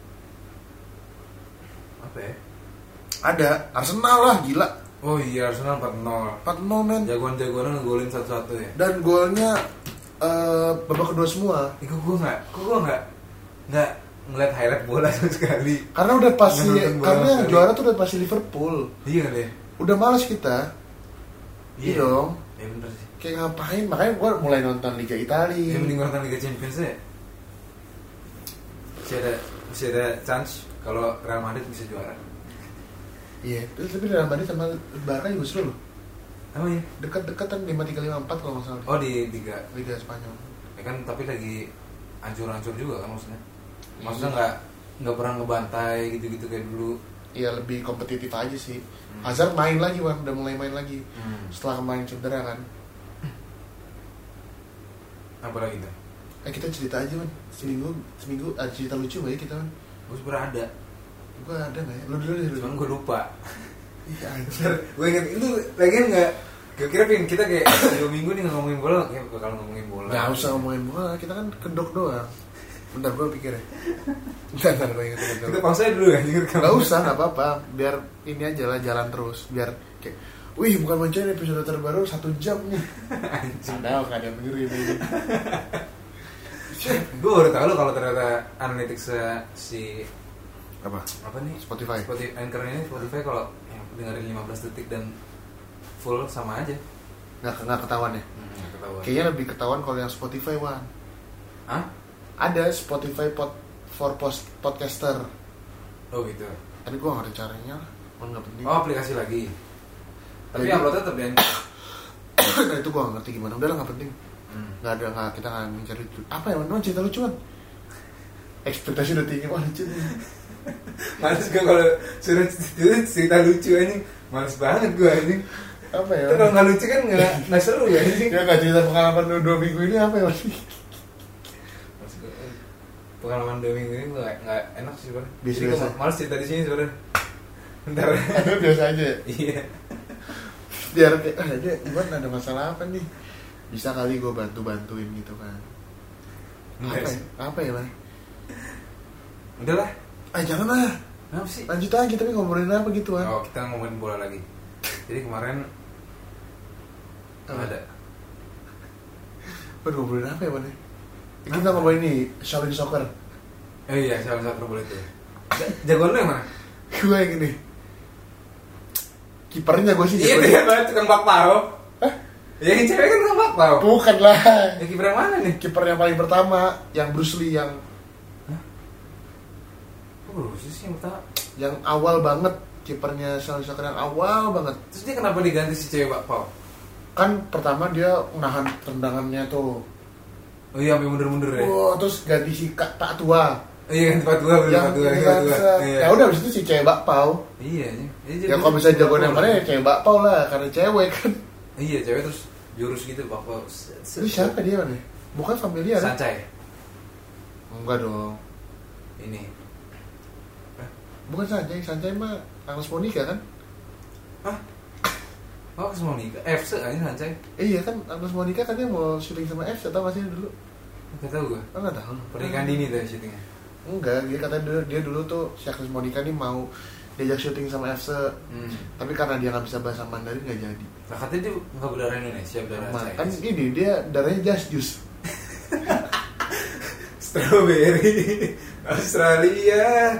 Speaker 2: Apa ya?
Speaker 1: Ada Arsenal lah, gila.
Speaker 2: Oh iya, Arsenal empat nol.
Speaker 1: empat nol men.
Speaker 2: Jagoan-jagoannya ngegolin satu-satu ya.
Speaker 1: Dan golnya uh, babak kedua semua.
Speaker 2: Ih, kok gue nggak, kok gue nggak, nggak ngeliat highlight bola sama sekali.
Speaker 1: Karena udah pasti, karena yang
Speaker 2: sekali.
Speaker 1: juara tuh udah pasti Liverpool.
Speaker 2: Iya kan ya.
Speaker 1: Udah malas kita. Iya dong.
Speaker 2: Iya bener sih.
Speaker 1: Kayak ngapain? Makanya gue mulai nonton Liga Italia.
Speaker 2: Yang mending nonton Liga Champions ya. Masih ada, masih ada chance kalau Real Madrid bisa juara.
Speaker 1: Iya, terus tapi Real Madrid sama Barca juga seru loh.
Speaker 2: Apa ya?
Speaker 1: Dekat-dekatan lima tiga lima empat kalau nggak salah.
Speaker 2: Oh di Liga.
Speaker 1: Liga Spanyol.
Speaker 2: Ya kan tapi lagi hancur-hancur juga kan maksudnya. Maksudnya nggak nggak pernah ngebantai gitu-gitu kayak dulu.
Speaker 1: Iya, lebih kompetitif aja sih. Hmm. Hazard main lagi, Wan, udah mulai main lagi.
Speaker 2: Hmm.
Speaker 1: Setelah kemarin cedera kan.
Speaker 2: Apa lagi tuh?
Speaker 1: Eh kita cerita aja, Wan. Seminggu seminggu ada cerita lucu nggak ya kita, Wan?
Speaker 2: Gue sebenernya ada.
Speaker 1: Gue ada nggak ya? Lu dulu deh.
Speaker 2: Cuman gue lupa.
Speaker 1: Iya anjir.
Speaker 2: Gue inget itu lagi nggak. Kira-kira pengen kita kayak dua minggu nih nggak ngomongin bola, kayak bakal ngomongin bola.
Speaker 1: Nggak usah ngomongin bola, kita kan kedok doang. Bentar gue pikir ya. Bentar, bentar gue inget inget.
Speaker 2: Kita pause aja dulu ya.
Speaker 1: Nggak usah, nggak apa-apa. Biar ini aja lah jalan terus. Biar kayak, wih bukan mancing episode terbaru satu jam nih. Padahal nggak ada yang dengerin ini.
Speaker 2: Gue baru tahu lo kalau ternyata analytics si
Speaker 1: apa?
Speaker 2: Apa nih?
Speaker 1: Spotify.
Speaker 2: Spotify Anchor ini Spotify kalau yang dengerin lima belas detik dan full sama aja.
Speaker 1: Nggak nggak ketahuan ya?
Speaker 2: Hmm, nggak ketahuan.
Speaker 1: Kayaknya lebih ketahuan kalau yang Spotify, Wan.
Speaker 2: Hah?
Speaker 1: Ada Spotify pod, for post, podcaster.
Speaker 2: Oh gitu.
Speaker 1: Tapi gue nggak ada caranya, Wan nggak penting.
Speaker 2: Oh aplikasi lagi. Tapi
Speaker 1: Jadi-
Speaker 2: uploadnya tetap di Anchor.
Speaker 1: Nah itu gue nggak ngerti gimana. Udah lah nggak penting.
Speaker 2: Hmm.
Speaker 1: Nggak ada nggak kita nggak mencari lucu. Apa ya, Wan? Cerita lucuan. Ekspektasi udah tinggi, wah lucu nih.
Speaker 2: Males gue kalau suruh cerita lucu anjing. Males banget gue anjing.
Speaker 1: Apa ya?
Speaker 2: Itu kalau nggak lucu kan nggak nggak seru ya anjing.
Speaker 1: Ya nggak cerita pengalaman lu dua minggu ini apa ya, Wan?
Speaker 2: Males gue, eh, pengalaman dua minggu ini nggak nggak enak sih sebenarnya.
Speaker 1: Biasa-
Speaker 2: Jadi gue
Speaker 1: biasa.
Speaker 2: males cerita di sini sebenarnya. Bentar.
Speaker 1: Aduh biasa aja.
Speaker 2: Iya.
Speaker 1: Biar kayak, ah dia gimana ada masalah apa nih? Bisa kali gue bantu-bantuin gitu kan. Apa ya? Apa ya, Wan?
Speaker 2: Udah lah.
Speaker 1: Ah jangan lah.
Speaker 2: Kenapa sih?
Speaker 1: Lanjut aja, tapi ngomongin apa gitu, Wan?
Speaker 2: Oh kita ngomongin bola lagi. Jadi kemarin
Speaker 1: Apa?
Speaker 2: ada.
Speaker 1: Waduh, ngomongin apa ya, Wan? Kita ngomongin ini, Shaolin Soccer.
Speaker 2: Oh iya, salah satu boleh tuh. Jagoan lu yang mana?
Speaker 1: Gue yang ini. Kipernya gue sih.
Speaker 2: Iya,
Speaker 1: jagoan.
Speaker 2: dia banget tukang bakpao.
Speaker 1: Hah?
Speaker 2: Ya, yang cewek kan tukang bakpao.
Speaker 1: Bukan lah.
Speaker 2: Ya kiper yang mana nih?
Speaker 1: Kiper yang paling pertama, yang Bruce Lee, yang
Speaker 2: Oh, sih yang pertama.
Speaker 1: yang awal banget, kipernya Shaolin Soccer yang awal banget.
Speaker 2: Terus dia kenapa diganti si cewek bakpao?
Speaker 1: Kan pertama dia nahan tendangannya tuh.
Speaker 2: Oh iya, sampai mundur-mundur ya.
Speaker 1: Wah, terus ganti si Kak Pak Tua.
Speaker 2: Oh iya, ganti Pak Tua, bener
Speaker 1: Yang
Speaker 2: Pak Tua,
Speaker 1: ini
Speaker 2: Pak
Speaker 1: kan,
Speaker 2: Tua.
Speaker 1: set.
Speaker 2: Iya.
Speaker 1: Ya udah abis itu si cewek bakpao.
Speaker 2: Iya, iya.
Speaker 1: Ya kalau bisa jagoan yang mana ya cewek bakpao lah, karena cewek kan.
Speaker 2: Iya, cewek terus jurus gitu bakpao.
Speaker 1: Itu siapa dia, Wan? Bukan familiar ya?
Speaker 2: Sancai.
Speaker 1: Enggak dong.
Speaker 2: Ini.
Speaker 1: Bukan Sanjay, Sanjay mah Agnes Monica kan?
Speaker 2: Hah? Oh, semua nikah. F C aja Sancai.
Speaker 1: Eh, iya kan, Agnes Monica katanya mau syuting sama F C, tau gak sih dulu?
Speaker 2: Enggak tahu gua.
Speaker 1: Oh, nggak tahu.
Speaker 2: Pernikahan dini tuh syutingnya.
Speaker 1: Enggak, dia katanya dia, dia dulu tuh si Agnes Monica nih mau diajak syuting sama F C,
Speaker 2: Hmm.
Speaker 1: tapi karena dia nggak bisa bahasa Mandarin nggak jadi.
Speaker 2: Nah, katanya dia nggak berdarah Indonesia, berdarah
Speaker 1: Man,
Speaker 2: Chinese.
Speaker 1: kan ini dia darahnya just juice.
Speaker 2: Strawberry Australia.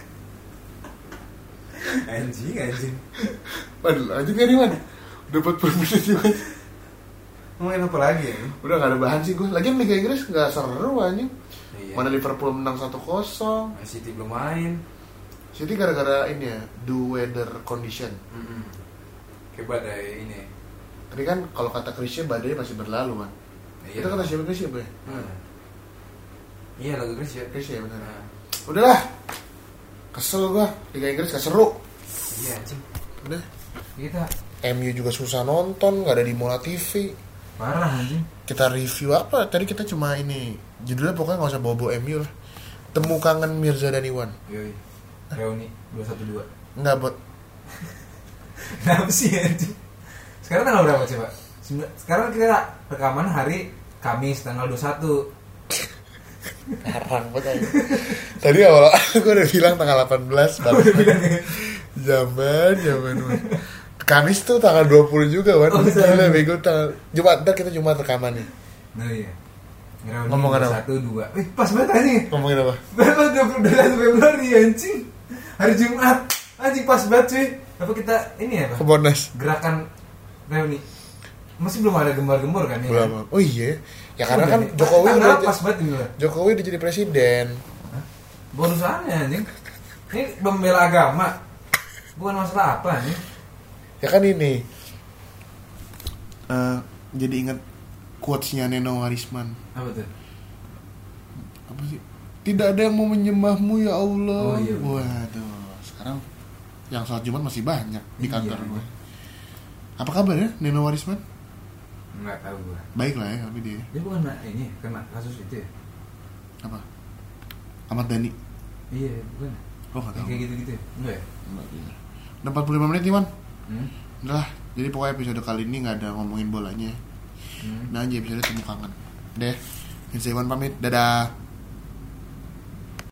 Speaker 2: Anjing, anjing.
Speaker 1: Waduh, lanjut gak nih, Man? Udah empat puluh menit juga.
Speaker 2: Ngomongin apa lagi ya?
Speaker 1: Udah gak ada bahan sih gue. Lagian Liga Inggris gak seru anjing.
Speaker 2: Iya.
Speaker 1: Mana Liverpool menang satu kosong.
Speaker 2: Man City belum main.
Speaker 1: City gara-gara ini ya, do weather condition.
Speaker 2: Mm-mm. Kayak badai ini.
Speaker 1: Tapi kan kalau kata Krisya badai masih berlalu, Man.
Speaker 2: Iya.
Speaker 1: Itu kata siapa Krisya, Boy?
Speaker 2: Hmm. Iya, lagu Chris ya.
Speaker 1: Krisya benar.
Speaker 2: Nah.
Speaker 1: Udahlah. Kesel gua, Liga Inggris gak seru.
Speaker 2: Iya, anjing.
Speaker 1: Udah.
Speaker 2: Kita
Speaker 1: M U juga susah nonton, gak ada di Mola T V.
Speaker 2: marah anjing.
Speaker 1: Kita review apa? Tadi kita cuma ini. Judulnya pokoknya gak usah bawa-bawa M U lah. Temu kangen Mirza dan Iwan.
Speaker 2: Yoi. Reuni dua satu dua.
Speaker 1: Enggak, Bot.
Speaker 2: Kenapa sih anjing? Sekarang tanggal berapa coba? Sekarang kita rekaman hari Kamis tanggal dua puluh satu.
Speaker 1: Karang banget. Tadi awal aku udah bilang tanggal delapan belas.
Speaker 2: Udah bilang ya.
Speaker 1: Zaman, zaman. Kamis tuh tanggal dua puluh juga, Wan.
Speaker 2: Oh,
Speaker 1: gila bego tanggal Jumat, ntar kita Jumat rekaman nih.
Speaker 2: Nah iya.
Speaker 1: Ngomongin apa?
Speaker 2: satu dua. Eh, pas banget anjing.
Speaker 1: Ngomongin apa?
Speaker 2: Berapa dua puluh satu Februari anjing. Hari Jumat. Anjing pas banget cuy. Apa kita ini ya, Pak?
Speaker 1: Kebonas.
Speaker 2: Gerakan reuni. Masih belum ada gembar-gembor kan ya?
Speaker 1: Belum. Oh iya. Ya karena
Speaker 2: Udah
Speaker 1: kan
Speaker 2: nih.
Speaker 1: Jokowi
Speaker 2: Tanggal
Speaker 1: udah
Speaker 2: pas banget ini lah.
Speaker 1: Jokowi udah jadi presiden.
Speaker 2: Hah? Bonusannya anjing. Ini membela agama. Bukan masalah apa nih.
Speaker 1: Ya kan ini. Uh, jadi ingat quotes-nya Neno Warisman.
Speaker 2: Apa tuh?
Speaker 1: Apa sih? Tidak ada yang mau menyembahmu ya Allah.
Speaker 2: Oh, iya,
Speaker 1: waduh. Sekarang yang sholat Jumat masih banyak di kantor
Speaker 2: iya,
Speaker 1: gue. Apa kabar ya Neno Warisman?
Speaker 2: Enggak tahu gua.
Speaker 1: Baik lah ya, tapi dia.
Speaker 2: Dia bukan ini kena kasus itu ya?
Speaker 1: Apa? Ahmad Dhani.
Speaker 2: Iya, bukan.
Speaker 1: Oh, enggak tahu.
Speaker 2: Kayak gitu-gitu ya? Enggak ya?
Speaker 1: Enggak, iya. Udah empat puluh lima menit nih, Wan.
Speaker 2: Hmm?
Speaker 1: Udah lah. Jadi pokoknya episode kali ini enggak ada ngomongin bolanya.
Speaker 2: Hmm.
Speaker 1: Nah, aja episode temu kangen. Deh. Insya Allah pamit. Dadah.